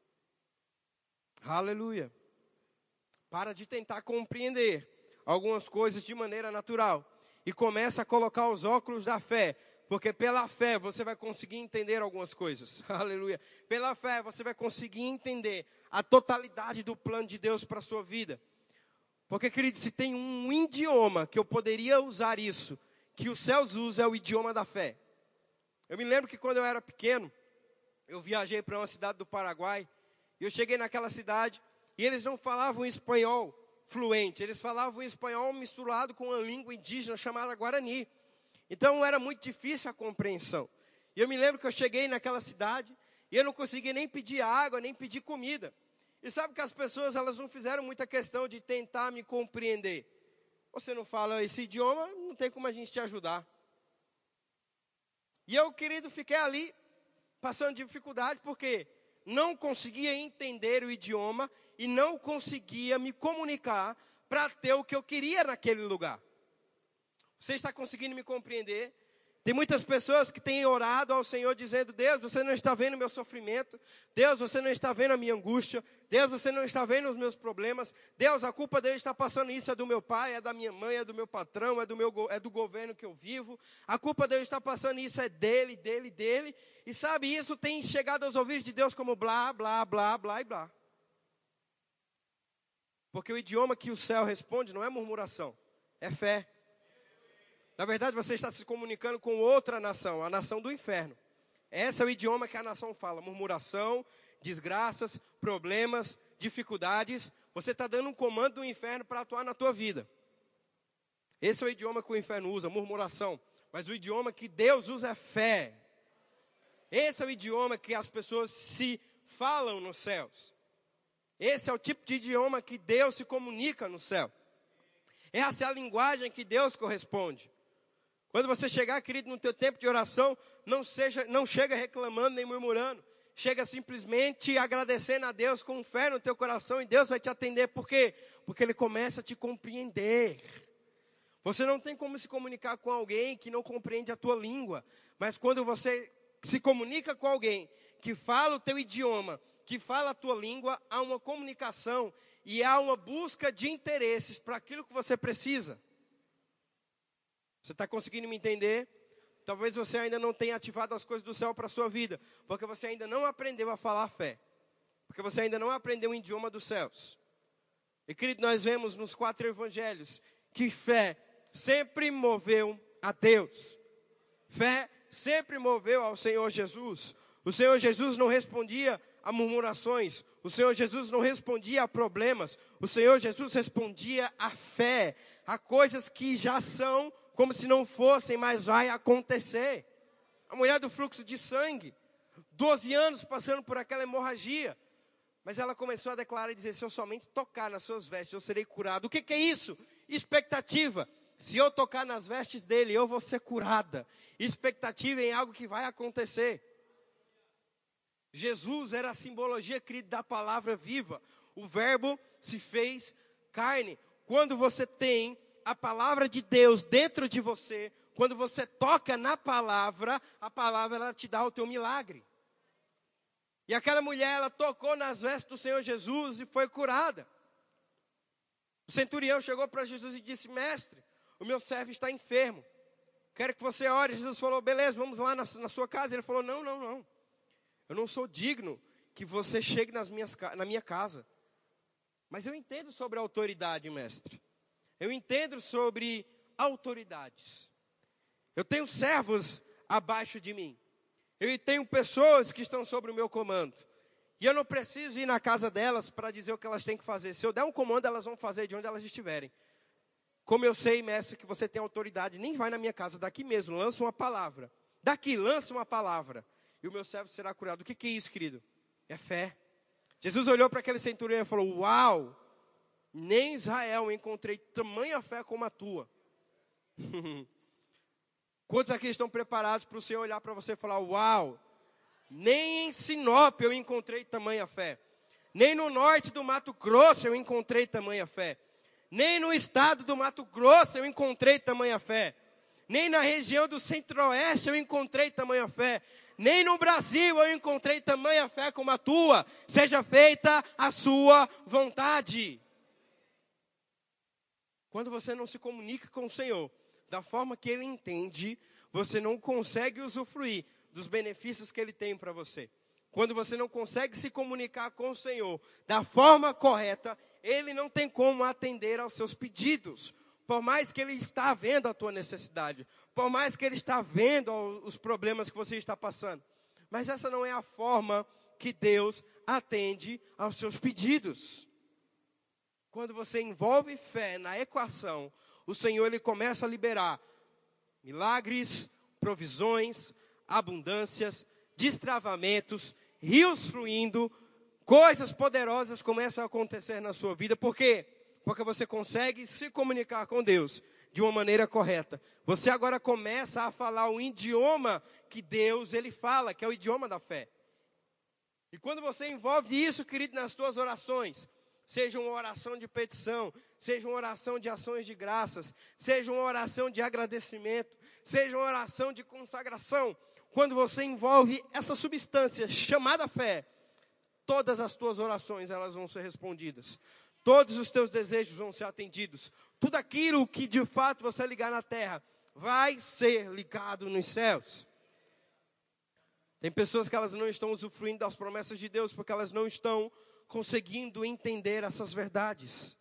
Aleluia. Para de tentar compreender algumas coisas de maneira natural. E começa a colocar os óculos da fé. Porque pela fé você vai conseguir entender algumas coisas. Aleluia. Pela fé você vai conseguir entender a totalidade do plano de Deus para a sua vida. Porque, querido, se tem um idioma que eu poderia usar isso, que os céus usam, é o idioma da fé. Eu me lembro que quando eu era pequeno, eu viajei para uma cidade do Paraguai. E eu cheguei naquela cidade e eles não falavam espanhol fluente. Eles falavam espanhol misturado com uma língua indígena chamada Guarani. Então era muito difícil a compreensão. E eu me lembro que eu cheguei naquela cidade e eu não conseguia nem pedir água, nem pedir comida. E sabe que as pessoas elas não fizeram muita questão de tentar me compreender. Você não fala esse idioma, não tem como a gente te ajudar. E eu, querido, fiquei ali passando dificuldade porque não conseguia entender o idioma e não conseguia me comunicar para ter o que eu queria naquele lugar. Você está conseguindo me compreender? Tem muitas pessoas que têm orado ao Senhor dizendo: Deus, você não está vendo o meu sofrimento. Deus, você não está vendo a minha angústia. Deus, você não está vendo os meus problemas. Deus, a culpa dele está passando isso é do meu pai, é da minha mãe, é do meu patrão, é do, meu, é do governo que eu vivo. A culpa dele está passando isso é dele, dele, dele. E sabe, isso tem chegado aos ouvidos de Deus como blá, blá, blá, blá e blá. Porque o idioma que o céu responde não é murmuração, é fé. Na verdade, você está se comunicando com outra nação, a nação do inferno. Esse é o idioma que a nação fala: murmuração, desgraças, problemas, dificuldades. Você está dando um comando do inferno para atuar na tua vida. Esse é o idioma que o inferno usa, murmuração. Mas o idioma que Deus usa é fé. Esse é o idioma que as pessoas se falam nos céus. Esse é o tipo de idioma que Deus se comunica no céu. Essa é a linguagem que Deus corresponde. Quando você chegar, querido, no teu tempo de oração, não, seja, não chega reclamando nem murmurando. Chega simplesmente agradecendo a Deus com fé no teu coração e Deus vai te atender. Por quê? Porque Ele começa a te compreender. Você não tem como se comunicar com alguém que não compreende a tua língua. Mas quando você se comunica com alguém que fala o teu idioma, que fala a tua língua, há uma comunicação e há uma busca de interesses para aquilo que você precisa. Você está conseguindo me entender? Talvez você ainda não tenha ativado as coisas do céu para a sua vida, porque você ainda não aprendeu a falar fé, porque você ainda não aprendeu o idioma dos céus. E querido, nós vemos nos quatro evangelhos que fé sempre moveu a Deus. Fé sempre moveu ao Senhor Jesus. O Senhor Jesus não respondia a murmurações. O Senhor Jesus não respondia a problemas. O Senhor Jesus respondia a fé, a coisas que já são como se não fossem, mas vai acontecer. A mulher do fluxo de sangue, doze anos passando por aquela hemorragia, mas ela começou a declarar e dizer: se eu somente tocar nas suas vestes, eu serei curado. O que, que é isso? Expectativa. Se eu tocar nas vestes dele, eu vou ser curada. Expectativa em algo que vai acontecer. Jesus era a simbologia, querido, da palavra viva. O verbo se fez carne. Quando você tem a palavra de Deus dentro de você, quando você toca na palavra, a palavra ela te dá o teu milagre. E aquela mulher, ela tocou nas vestes do Senhor Jesus e foi curada. O centurião chegou para Jesus e disse: mestre, o meu servo está enfermo, quero que você ore. Jesus falou: beleza, vamos lá na, na sua casa. Ele falou: não, não, não, eu não sou digno que você chegue nas minhas, na minha casa. Mas eu entendo sobre a autoridade, mestre. Eu entendo sobre autoridades. Eu tenho servos abaixo de mim. Eu tenho pessoas que estão sobre o meu comando. E eu não preciso ir na casa delas para dizer o que elas têm que fazer. Se eu der um comando, elas vão fazer de onde elas estiverem. Como eu sei, mestre, que você tem autoridade, nem vai na minha casa, daqui mesmo, lança uma palavra. Daqui, lança uma palavra. E o meu servo será curado. O que, que é isso, querido? É fé. Jesus olhou para aquele centurião e falou: uau! Nem em Israel encontrei tamanha fé como a tua. Quantos aqui estão preparados para o Senhor olhar para você e falar: uau, nem em Sinop eu encontrei tamanha fé. Nem no norte do Mato Grosso eu encontrei tamanha fé. Nem no estado do Mato Grosso eu encontrei tamanha fé. Nem na região do centro-oeste eu encontrei tamanha fé. Nem no Brasil eu encontrei tamanha fé como a tua. Seja feita a sua vontade. Quando você não se comunica com o Senhor da forma que Ele entende, você não consegue usufruir dos benefícios que Ele tem para você. Quando você não consegue se comunicar com o Senhor da forma correta, Ele não tem como atender aos seus pedidos. Por mais que Ele está vendo a tua necessidade, por mais que Ele está vendo os problemas que você está passando. Mas essa não é a forma que Deus atende aos seus pedidos. Quando você envolve fé na equação, o Senhor Ele começa a liberar milagres, provisões, abundâncias, destravamentos, rios fluindo, coisas poderosas começam a acontecer na sua vida. Por quê? Porque você consegue se comunicar com Deus de uma maneira correta. Você agora começa a falar o idioma que Deus Ele fala, que é o idioma da fé. E quando você envolve isso, querido, nas tuas orações, seja uma oração de petição, seja uma oração de ações de graças, seja uma oração de agradecimento, seja uma oração de consagração, quando você envolve essa substância chamada fé, todas as tuas orações elas vão ser respondidas. Todos os teus desejos vão ser atendidos. Tudo aquilo que de fato você ligar na terra, vai ser ligado nos céus. Tem pessoas que elas não estão usufruindo das promessas de Deus, porque elas não estão conseguindo entender essas verdades.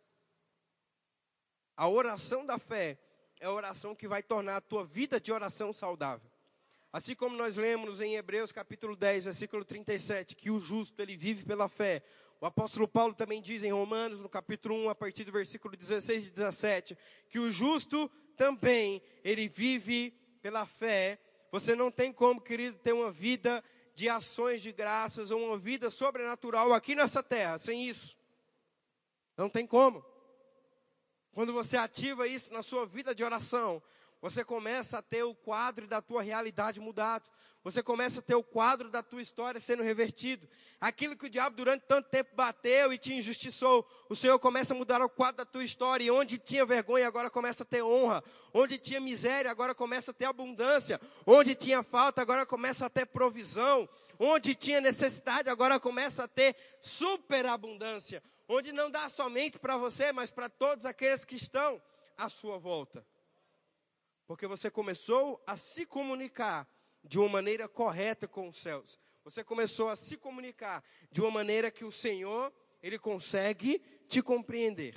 A oração da fé é a oração que vai tornar a tua vida de oração saudável. Assim como nós lemos em Hebreus capítulo dez, versículo trinta e sete, que o justo ele vive pela fé. O apóstolo Paulo também diz em Romanos, no capítulo um, a partir do versículo dezesseis e dezessete, que o justo também, ele vive pela fé. Você não tem como, querido, ter uma vida de ações de graças, ou uma vida sobrenatural aqui nessa terra, sem isso. Não tem como. Quando você ativa isso na sua vida de oração, você começa a ter o quadro da tua realidade mudado. Você começa a ter o quadro da tua história sendo revertido. Aquilo que o diabo durante tanto tempo bateu e te injustiçou, o Senhor começa a mudar o quadro da tua história. E onde tinha vergonha, agora começa a ter honra. Onde tinha miséria, agora começa a ter abundância. Onde tinha falta, agora começa a ter provisão. Onde tinha necessidade, agora começa a ter superabundância. Onde não dá somente para você, mas para todos aqueles que estão à sua volta. Porque você começou a se comunicar de uma maneira correta com os céus. Você começou a se comunicar de uma maneira que o Senhor, Ele consegue te compreender.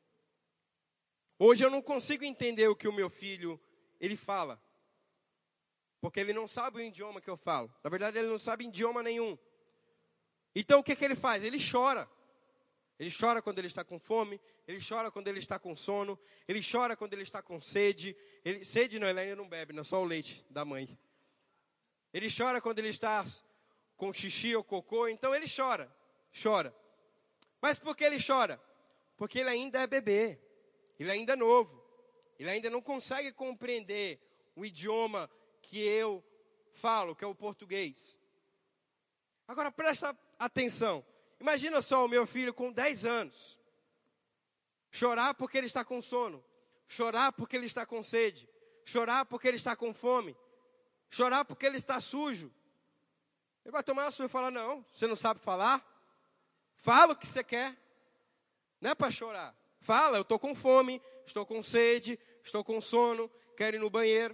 Hoje eu não consigo entender o que o meu filho, ele fala. Porque ele não sabe o idioma que eu falo. Na verdade, ele não sabe idioma nenhum. Então, o que, que ele faz? Ele chora. Ele chora quando ele está com fome, ele chora quando ele está com sono, ele chora quando ele está com sede. Ele, sede não, ele ainda não bebe, não, só o leite da mãe. Ele chora quando ele está com xixi ou cocô, então ele chora, chora. Mas por que ele chora? Porque ele ainda é bebê, ele ainda é novo, ele ainda não consegue compreender o idioma que eu falo, que é o português. Agora presta atenção. Imagina só o meu filho com dez anos, chorar porque ele está com sono, chorar porque ele está com sede, chorar porque ele está com fome, chorar porque ele está sujo. Ele vai tomar a sua e falar, não, você não sabe falar? Fala o que você quer, não é para chorar. Fala, eu estou com fome, estou com sede, estou com sono, quero ir no banheiro.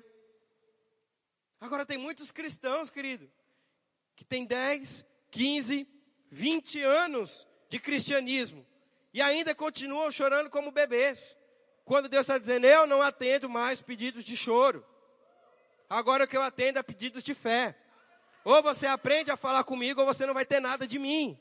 Agora tem muitos cristãos, querido, que tem dez, quinze, vinte anos de cristianismo e ainda continuam chorando como bebês. Quando Deus está dizendo, eu não atendo mais pedidos de choro. Agora o que eu atendo é pedidos de fé. Ou você aprende a falar comigo, ou você não vai ter nada de mim.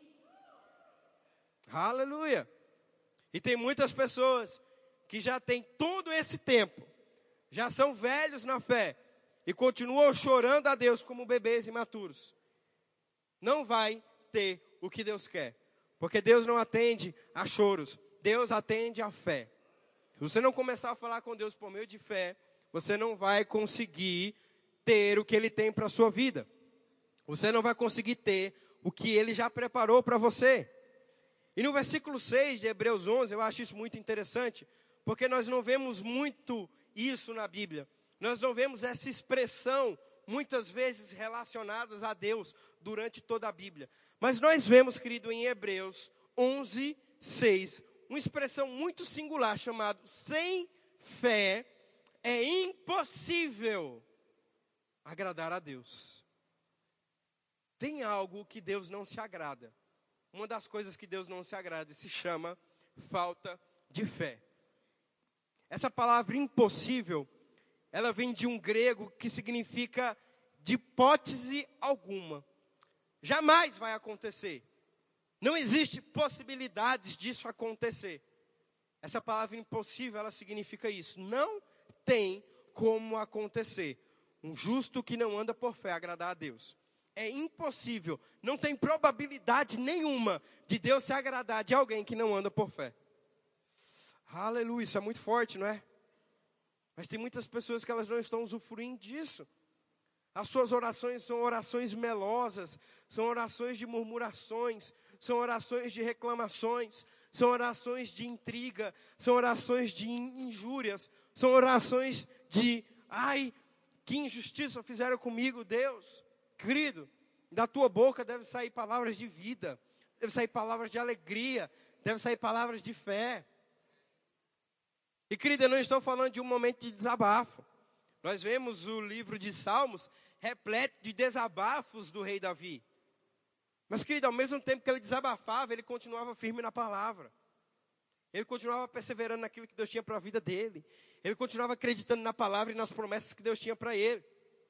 Aleluia. E tem muitas pessoas que já têm todo esse tempo, já são velhos na fé, e continuam chorando a Deus como bebês imaturos. Não vai ter o que Deus quer, porque Deus não atende a choros, Deus atende a fé. Se você não começar a falar com Deus por meio de fé, você não vai conseguir ter o que Ele tem para a sua vida. Você não vai conseguir ter o que Ele já preparou para você. E no versículo seis de Hebreus onze, eu acho isso muito interessante, porque nós não vemos muito isso na Bíblia. Nós não vemos essa expressão, muitas vezes relacionadas a Deus, durante toda a Bíblia. Mas nós vemos, querido, em Hebreus onze, seis, uma expressão muito singular, chamada, sem fé é impossível agradar a Deus. Tem algo que Deus não se agrada. Uma das coisas que Deus não se agrada se chama falta de fé. Essa palavra impossível, ela vem de um grego que significa de hipótese alguma. Jamais vai acontecer. Não existe possibilidades disso acontecer. Essa palavra impossível, ela significa isso. Não tem como acontecer. Um justo que não anda por fé agradar a Deus. É impossível. Não tem probabilidade nenhuma de Deus se agradar de alguém que não anda por fé. Aleluia, isso é muito forte, não é? Mas tem muitas pessoas que elas não estão usufruindo disso. As suas orações são orações melosas, são orações de murmurações, são orações de reclamações, são orações de intriga, são orações de injúrias, são orações de, ai, que injustiça fizeram comigo, Deus. Querido, da tua boca deve sair palavras de vida, deve sair palavras de alegria, deve sair palavras de fé. E querida, eu não estou falando de um momento de desabafo. Nós vemos o livro de Salmos repleto de desabafos do rei Davi. Mas querida, ao mesmo tempo que ele desabafava, ele continuava firme na palavra. Ele continuava perseverando naquilo que Deus tinha para a vida dele. Ele continuava acreditando na palavra e nas promessas que Deus tinha para ele.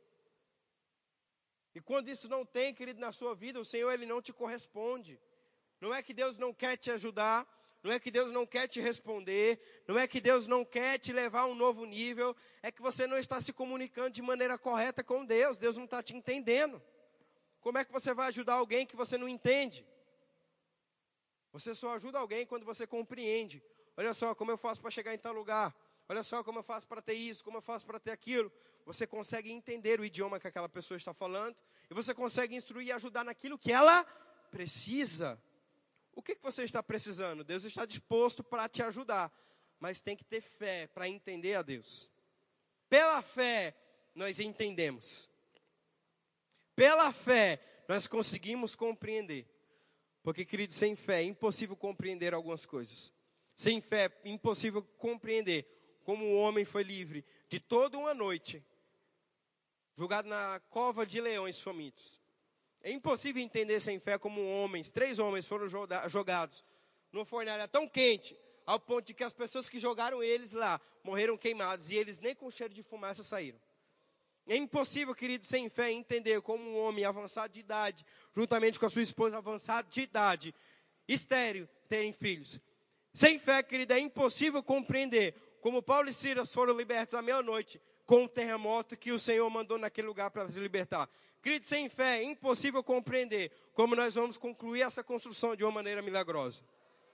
E quando isso não tem, querido, na sua vida, o Senhor, Ele não te corresponde. Não é que Deus não quer te ajudar, não é que Deus não quer te responder, não é que Deus não quer te levar a um novo nível, é que você não está se comunicando de maneira correta com Deus, Deus não está te entendendo. Como é que você vai ajudar alguém que você não entende? Você só ajuda alguém quando você compreende. Olha só como eu faço para chegar em tal lugar. Olha só como eu faço para ter isso, como eu faço para ter aquilo. Você consegue entender o idioma que aquela pessoa está falando. E você consegue instruir e ajudar naquilo que ela precisa. O que, que você está precisando? Deus está disposto para te ajudar. Mas tem que ter fé para entender a Deus. Pela fé, nós entendemos. Pela fé, nós conseguimos compreender. Porque, querido, sem fé é impossível compreender algumas coisas. Sem fé é impossível compreender como o homem foi livre de toda uma noite, jogado na cova de leões famintos. É impossível entender sem fé como homens, três homens foram jogados numa fornalha tão quente, ao ponto de que as pessoas que jogaram eles lá morreram queimados e eles nem com cheiro de fumaça saíram. É impossível, querido, sem fé entender como um homem avançado de idade, juntamente com a sua esposa avançada de idade, estéril, terem filhos. Sem fé, querido, é impossível compreender como Paulo e Silas foram libertos à meia-noite com o terremoto que o Senhor mandou naquele lugar para se libertar. Querido, sem fé é impossível compreender como nós vamos concluir essa construção de uma maneira milagrosa.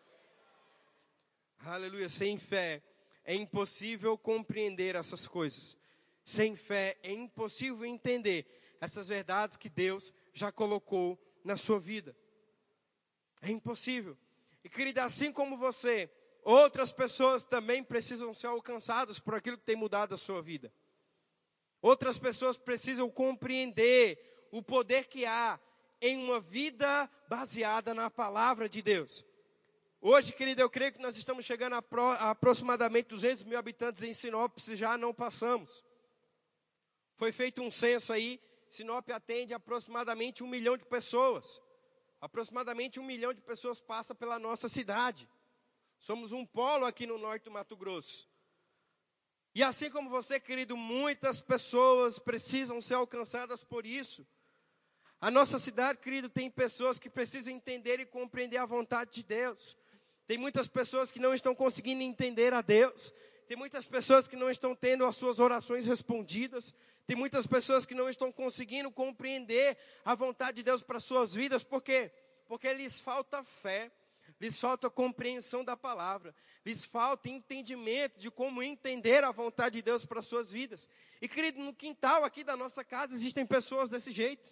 Aleluia, sem fé é impossível compreender essas coisas. Sem fé é impossível entender essas verdades que Deus já colocou na sua vida. É impossível. E querida, assim como você, outras pessoas também precisam ser alcançadas por aquilo que tem mudado a sua vida. Outras pessoas precisam compreender o poder que há em uma vida baseada na palavra de Deus. Hoje, querido, eu creio que nós estamos chegando a, pro, a aproximadamente duzentos mil habitantes em Sinop, se já não passamos. Foi feito um censo aí, Sinop atende aproximadamente um milhão de pessoas. Aproximadamente um milhão de pessoas passa pela nossa cidade. Somos um polo aqui no norte do Mato Grosso. E assim como você, querido, muitas pessoas precisam ser alcançadas por isso. A nossa cidade, querido, tem pessoas que precisam entender e compreender a vontade de Deus. Tem muitas pessoas que não estão conseguindo entender a Deus. Tem muitas pessoas que não estão tendo as suas orações respondidas. Tem muitas pessoas que não estão conseguindo compreender a vontade de Deus para as suas vidas. Por quê? Porque lhes falta fé, lhes falta compreensão da palavra, lhes falta entendimento de como entender a vontade de Deus para as suas vidas. E, querido, no quintal aqui da nossa casa existem pessoas desse jeito.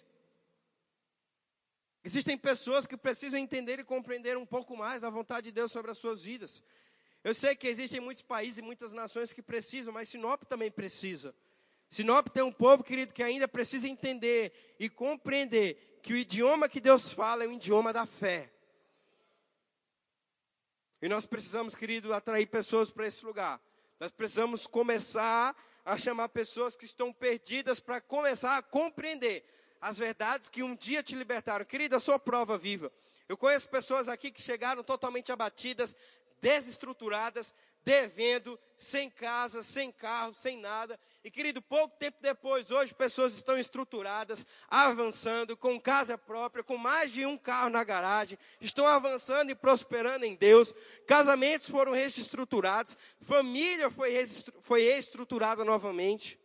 Existem pessoas que precisam entender e compreender um pouco mais a vontade de Deus sobre as suas vidas. Eu sei que existem muitos países e muitas nações que precisam, mas Sinop também precisa. Sinop tem um povo, querido, que ainda precisa entender e compreender que o idioma que Deus fala é o idioma da fé. E nós precisamos, querido, atrair pessoas para esse lugar. Nós precisamos começar a chamar pessoas que estão perdidas para começar a compreender as verdades que um dia te libertaram. Querida, sou prova viva. Eu conheço pessoas aqui que chegaram totalmente abatidas, desestruturadas, devendo, sem casa, sem carro, sem nada. E, querido, pouco tempo depois, hoje, pessoas estão estruturadas, avançando, com casa própria, com mais de um carro na garagem, estão avançando e prosperando em Deus. Casamentos foram reestruturados, família foi, foi reestruturada novamente.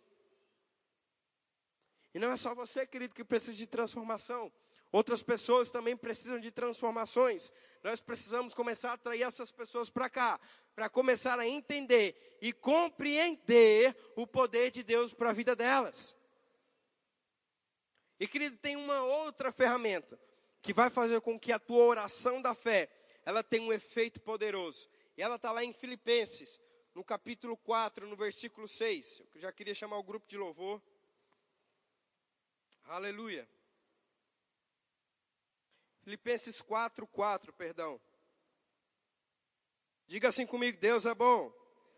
E não é só você, querido, que precisa de transformação. Outras pessoas também precisam de transformações. Nós precisamos começar a atrair essas pessoas para cá, para começar a entender e compreender o poder de Deus para a vida delas. E, querido, tem uma outra ferramenta. que vai fazer com que a tua oração da fé, ela tenha um efeito poderoso. E ela está lá em Filipenses, no capítulo quatro, no versículo seis. Eu já queria chamar o grupo de louvor. Aleluia. Filipenses quatro, quatro, perdão. Diga assim comigo, Deus é bom.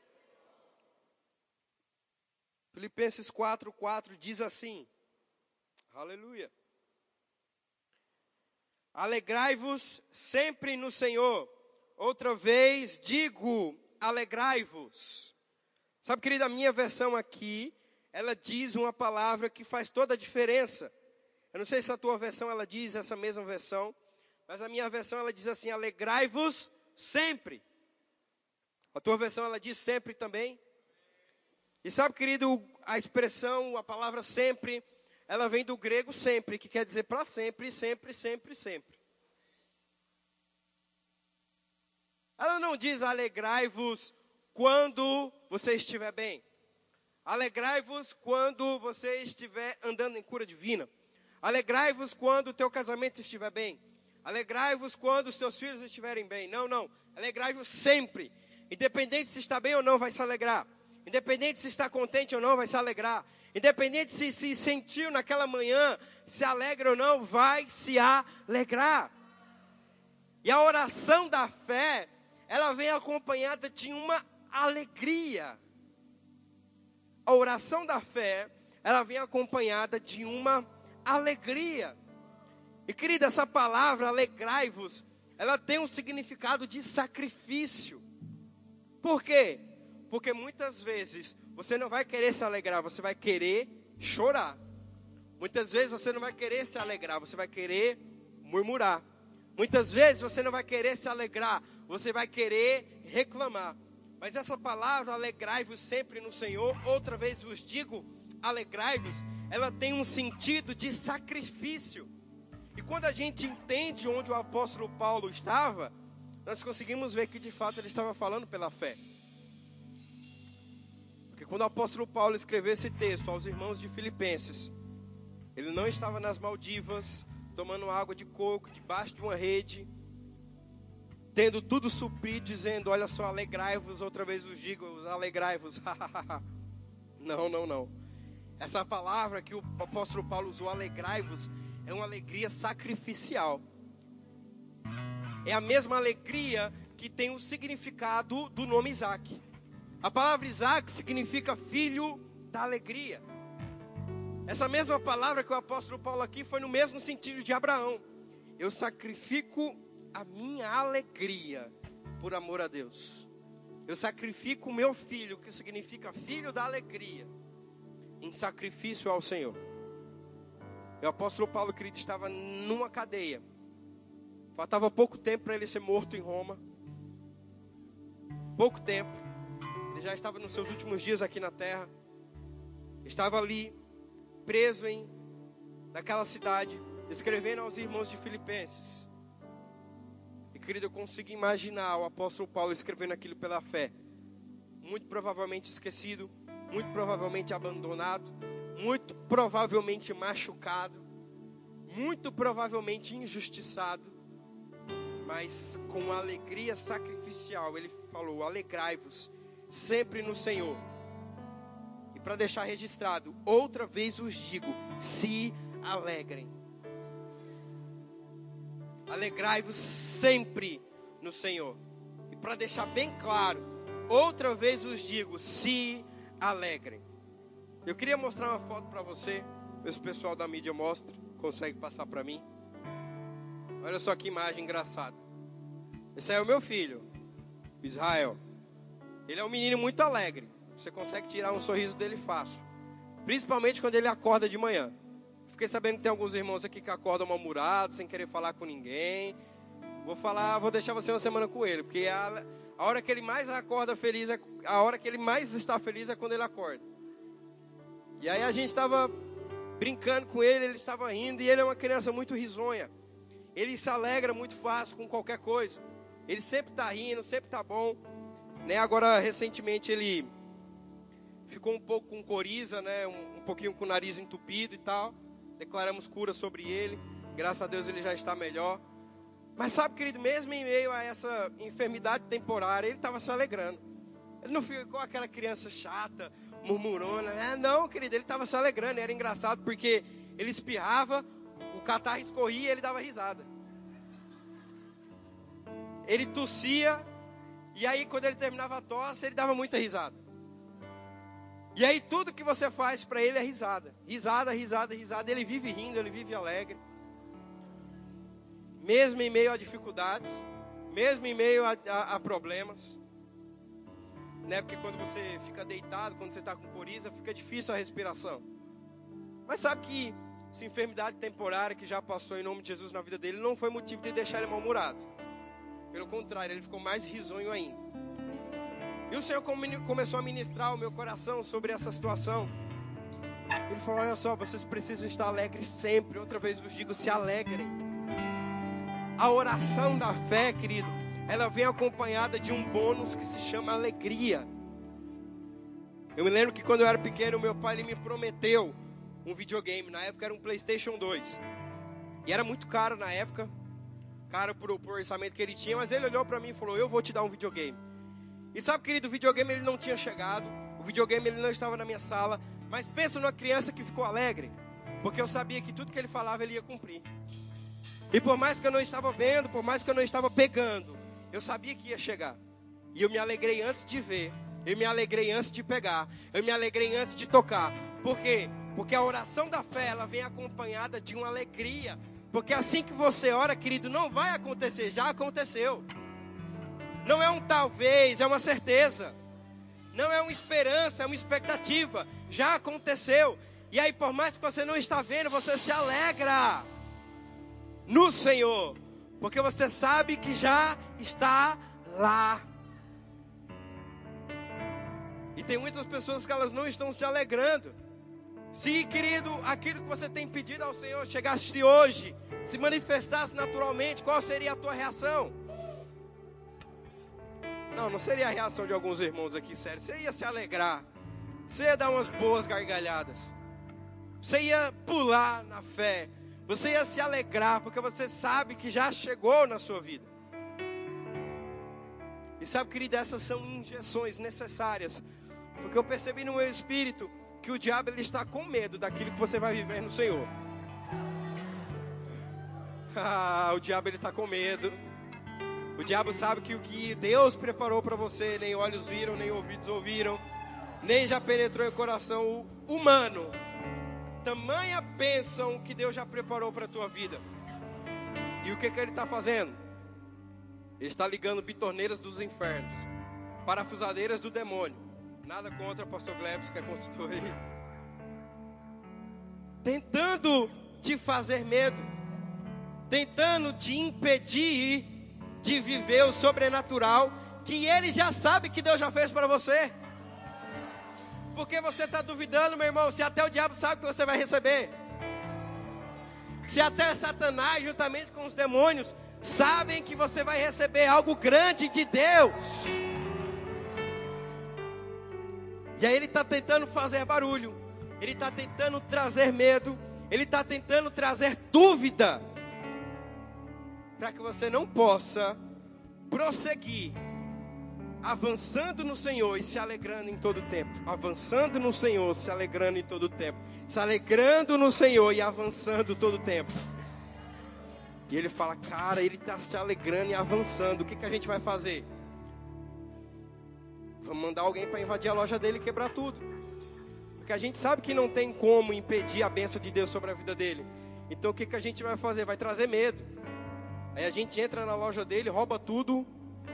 Filipenses quatro, quatro diz assim. Aleluia. Alegrai-vos sempre no Senhor. Outra vez digo, alegrai-vos. Sabe, querida, a minha versão aqui, ela diz uma palavra que faz toda a diferença. Eu não sei se a tua versão, ela diz essa mesma versão, mas a minha versão, ela diz assim, alegrai-vos sempre. A tua versão, ela diz sempre também. E sabe, querido, a expressão, a palavra sempre, ela vem do grego sempre, que quer dizer para sempre, sempre, sempre, sempre. Ela não diz alegrai-vos quando você estiver bem. Alegrai-vos quando você estiver andando em cura divina. Alegrai-vos quando o teu casamento estiver bem. Alegrai-vos quando os teus filhos estiverem bem. Não, não. Alegrai-vos sempre. Independente se está bem ou não, vai se alegrar. Independente se está contente ou não, vai se alegrar. Independente se se sentiu naquela manhã, se alegra ou não, vai se alegrar. E a oração da fé, ela vem acompanhada de uma alegria. A oração da fé, ela vem acompanhada de uma alegria. E querida, essa palavra, alegrai-vos, ela tem um significado de sacrifício. Por quê? Porque muitas vezes você não vai querer se alegrar, você vai querer chorar. Muitas vezes você não vai querer se alegrar, você vai querer murmurar. Muitas vezes você não vai querer se alegrar, você vai querer reclamar. Mas essa palavra, alegrai-vos sempre no Senhor, outra vez vos digo, alegrai-vos, ela tem um sentido de sacrifício. E quando a gente entende onde o apóstolo Paulo estava, nós conseguimos ver que de fato ele estava falando pela fé. Porque quando o apóstolo Paulo escreveu esse texto aos irmãos de Filipenses, ele não estava nas Maldivas, tomando água de coco, debaixo de uma rede, tendo tudo suprido, dizendo, olha só, alegrai-vos, outra vez vos digo, alegrai-vos. Não, não, não. Essa palavra que o apóstolo Paulo usou, alegrai-vos, é uma alegria sacrificial. É a mesma alegria que tem o significado do nome Isaac. A palavra Isaac significa filho da alegria. Essa mesma palavra que o apóstolo Paulo aqui foi no mesmo sentido de Abraão. Eu sacrifico a minha alegria por amor a Deus. Eu sacrifico o meu filho, que significa filho da alegria, em sacrifício ao Senhor. O apóstolo Paulo, querido, estava numa cadeia. Faltava pouco tempo para ele ser morto em Roma. Pouco tempo. Ele já estava nos seus últimos dias aqui na terra. Estava ali, preso em, naquela cidade, escrevendo aos irmãos de Filipenses. E, querido, eu consigo imaginar o apóstolo Paulo escrevendo aquilo pela fé. Muito provavelmente esquecido, muito provavelmente abandonado, muito provavelmente machucado, muito provavelmente injustiçado, mas com alegria sacrificial, ele falou, alegrai-vos sempre no Senhor. E para deixar registrado, outra vez os digo, se alegrem. Alegrai-vos sempre no Senhor. E para deixar bem claro, outra vez os digo, se alegrem. Eu queria mostrar uma foto para você. Esse pessoal da mídia mostra. Consegue passar para mim? Olha só que imagem engraçada. Esse aí é o meu filho, Israel. Ele é um menino muito alegre. Você consegue tirar um sorriso dele fácil. Principalmente quando ele acorda de manhã. Fiquei sabendo que tem alguns irmãos aqui que acordam mal-humorados, sem querer falar com ninguém. Vou falar, vou deixar você uma semana com ele. Porque a, a hora que ele mais acorda feliz, é, a hora que ele mais está feliz é quando ele acorda. E aí a gente estava brincando com ele, ele estava rindo, e ele é uma criança muito risonha. Ele se alegra muito fácil com qualquer coisa. Ele sempre está rindo, sempre está bom. Né? Agora, recentemente, ele ficou um pouco com coriza, né? um, um pouquinho com o nariz entupido e tal. Declaramos cura sobre ele. Graças a Deus ele já está melhor. Mas sabe, querido, mesmo em meio a essa enfermidade temporária, ele estava se alegrando. Ele não ficou aquela criança chata, murmurona, né? Não, querido, ele estava se alegrando. Era engraçado porque ele espirrava, o catarro escorria e ele dava risada. Ele tossia, e aí quando ele terminava a tosse, ele dava muita risada. E aí tudo que você faz para ele é risada. Risada, risada, risada. Ele vive rindo, ele vive alegre. Mesmo em meio a dificuldades, mesmo em meio a, a, a problemas. Né? Porque quando você fica deitado, quando você está com coriza, fica difícil a respiração. Mas sabe que essa enfermidade temporária que já passou em nome de Jesus na vida dele, não foi motivo de deixar ele mal-humorado. Pelo contrário, ele ficou mais risonho ainda. E o Senhor começou a ministrar o meu coração sobre essa situação. Ele falou, olha só, vocês precisam estar alegres sempre. Outra vez vos digo, se alegrem. A oração da fé, querido, ela vem acompanhada de um bônus que se chama alegria. Eu me lembro que quando eu era pequeno, meu pai ele me prometeu um videogame. Na época era um PlayStation dois. E era muito caro na época. Caro pro, pro orçamento que ele tinha. Mas ele olhou para mim e falou, eu vou te dar um videogame. E sabe, querido, o videogame ele não tinha chegado. O videogame ele não estava na minha sala. Mas pensa numa criança que ficou alegre. Porque eu sabia que tudo que ele falava ele ia cumprir. E por mais que eu não estava vendo, por mais que eu não estava pegando, eu sabia que ia chegar. E eu me alegrei antes de ver. Eu me alegrei antes de pegar. Eu me alegrei antes de tocar. Por quê? Porque a oração da fé, ela vem acompanhada de uma alegria. Porque assim que você ora, querido, não vai acontecer. Já aconteceu. Não é um talvez, é uma certeza. Não é uma esperança, é uma expectativa. Já aconteceu. E aí, por mais que você não está vendo, você se alegra no Senhor, porque você sabe que já está lá. E tem muitas pessoas que elas não estão se alegrando. Se, querido, aquilo que você tem pedido ao Senhor chegasse hoje, se manifestasse naturalmente, qual seria a tua reação? Não, não seria a reação de alguns irmãos aqui, sério. Você ia se alegrar, você ia dar umas boas gargalhadas, você ia pular na fé, você ia se alegrar, porque você sabe que já chegou na sua vida. E sabe, querido, essas são injeções necessárias. Porque eu percebi no meu espírito que o diabo ele está com medo daquilo que você vai viver no Senhor. Ah, o diabo ele está com medo. O diabo sabe que o que Deus preparou para você, nem olhos viram, nem ouvidos ouviram, nem já penetrou em coração humano. Tamanha bênção que Deus já preparou para a tua vida. E o que, que ele está fazendo? Ele está ligando bitorneiras dos infernos, parafusadeiras do demônio. Nada contra o pastor Glebs, que é consultor aí. Tentando te fazer medo. Tentando te impedir de viver o sobrenatural que ele já sabe que Deus já fez para você. Porque você está duvidando, meu irmão, se até o diabo sabe que você vai receber. Se até Satanás, juntamente com os demônios, sabem que você vai receber algo grande de Deus. E aí ele está tentando fazer barulho. Ele está tentando trazer medo. Ele está tentando trazer dúvida. Para que você não possa prosseguir avançando no Senhor e se alegrando em todo o tempo. Avançando no Senhor, se alegrando em todo o tempo. Se alegrando no Senhor e avançando todo o tempo. E ele fala, cara, ele está se alegrando e avançando. O que, que a gente vai fazer? Vamos mandar alguém para invadir a loja dele e quebrar tudo. Porque a gente sabe que não tem como impedir a bênção de Deus sobre a vida dele. Então o que, que a gente vai fazer? Vai trazer medo. Aí a gente entra na loja dele, rouba tudo.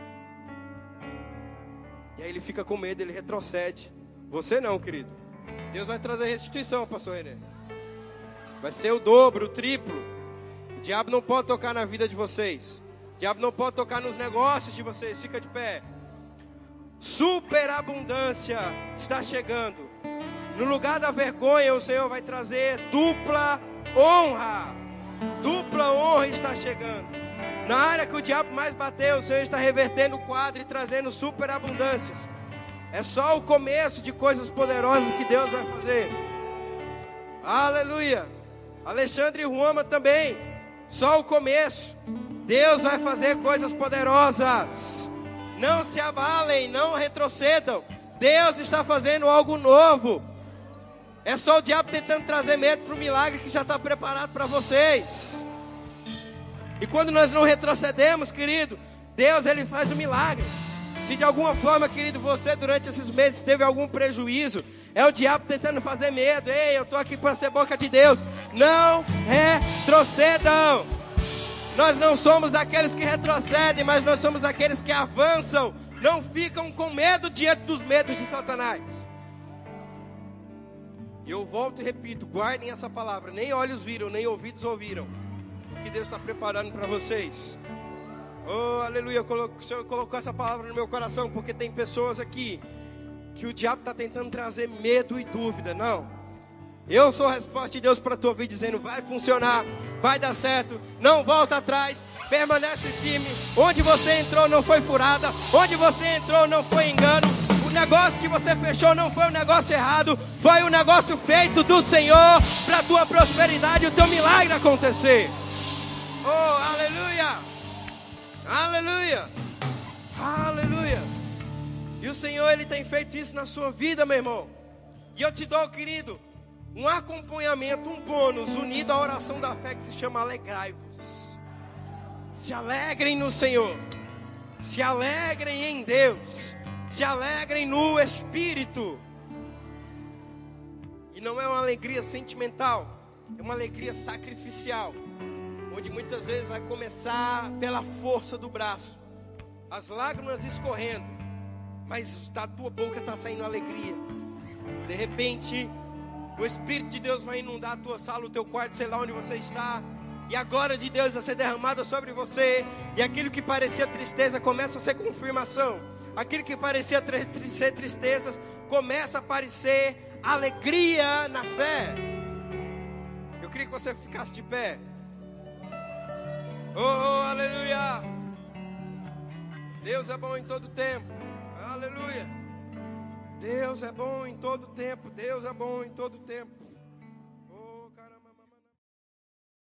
E aí ele fica com medo, ele retrocede. Você não, querido. Deus vai trazer restituição, pastor René. Vai ser o dobro, o triplo. O diabo não pode tocar na vida de vocês. O diabo não pode tocar nos negócios de vocês. Fica de pé. Superabundância está chegando. No lugar da vergonha, o Senhor vai trazer dupla honra. Dupla honra está chegando. Na área que o diabo mais bateu, o Senhor está revertendo o quadro e trazendo superabundâncias. É só o começo de coisas poderosas que Deus vai fazer. Aleluia. Alexandre e Ruama também. só o começo. Deus vai fazer coisas poderosas. Não se abalem, não retrocedam. Deus está fazendo algo novo. É só o diabo tentando trazer medo para o milagre que já está preparado para vocês. E quando nós não retrocedemos, querido, Deus ele faz o milagre. Se de alguma forma, querido, você durante esses meses teve algum prejuízo, é o diabo tentando fazer medo. Ei, eu estou aqui para ser boca de Deus. Não retrocedam. Nós não somos aqueles que retrocedem, mas nós somos aqueles que avançam. Não ficam com medo diante dos medos de Satanás. E eu volto e repito, guardem essa palavra. Nem olhos viram, nem ouvidos ouviram o que Deus está preparando para vocês. Oh, aleluia, o Senhor colocou essa palavra no meu coração, porque tem pessoas aqui que o diabo está tentando trazer medo e dúvida. Não, eu sou a resposta de Deus para a tua vida, dizendo, vai funcionar, vai dar certo, não volta atrás, permanece firme. Onde você entrou não foi furada, onde você entrou não foi engano. O negócio que você fechou não foi um negócio errado, foi um negócio feito do Senhor para a tua prosperidade e o teu milagre acontecer. Oh, aleluia, aleluia, aleluia. E o Senhor ele tem feito isso na sua vida, meu irmão. E eu te dou, querido, um acompanhamento, um bônus unido à oração da fé que se chama alegrai-vos. Se alegrem no Senhor, se alegrem em Deus, se alegrem no Espírito. E não é uma alegria sentimental, é uma alegria sacrificial, onde muitas vezes vai começar pela força do braço, as lágrimas escorrendo, mas da tua boca está saindo alegria. De repente o Espírito de Deus vai inundar a tua sala, o teu quarto, sei lá onde você está. E a glória de Deus vai ser derramada sobre você. E aquilo que parecia tristeza começa a ser confirmação. Aquilo que parecia ser tristeza começa a parecer alegria na fé. Eu queria que você ficasse de pé. Oh, oh, aleluia. Deus é bom em todo tempo. Aleluia. Deus é bom em todo tempo. Deus é bom em todo tempo.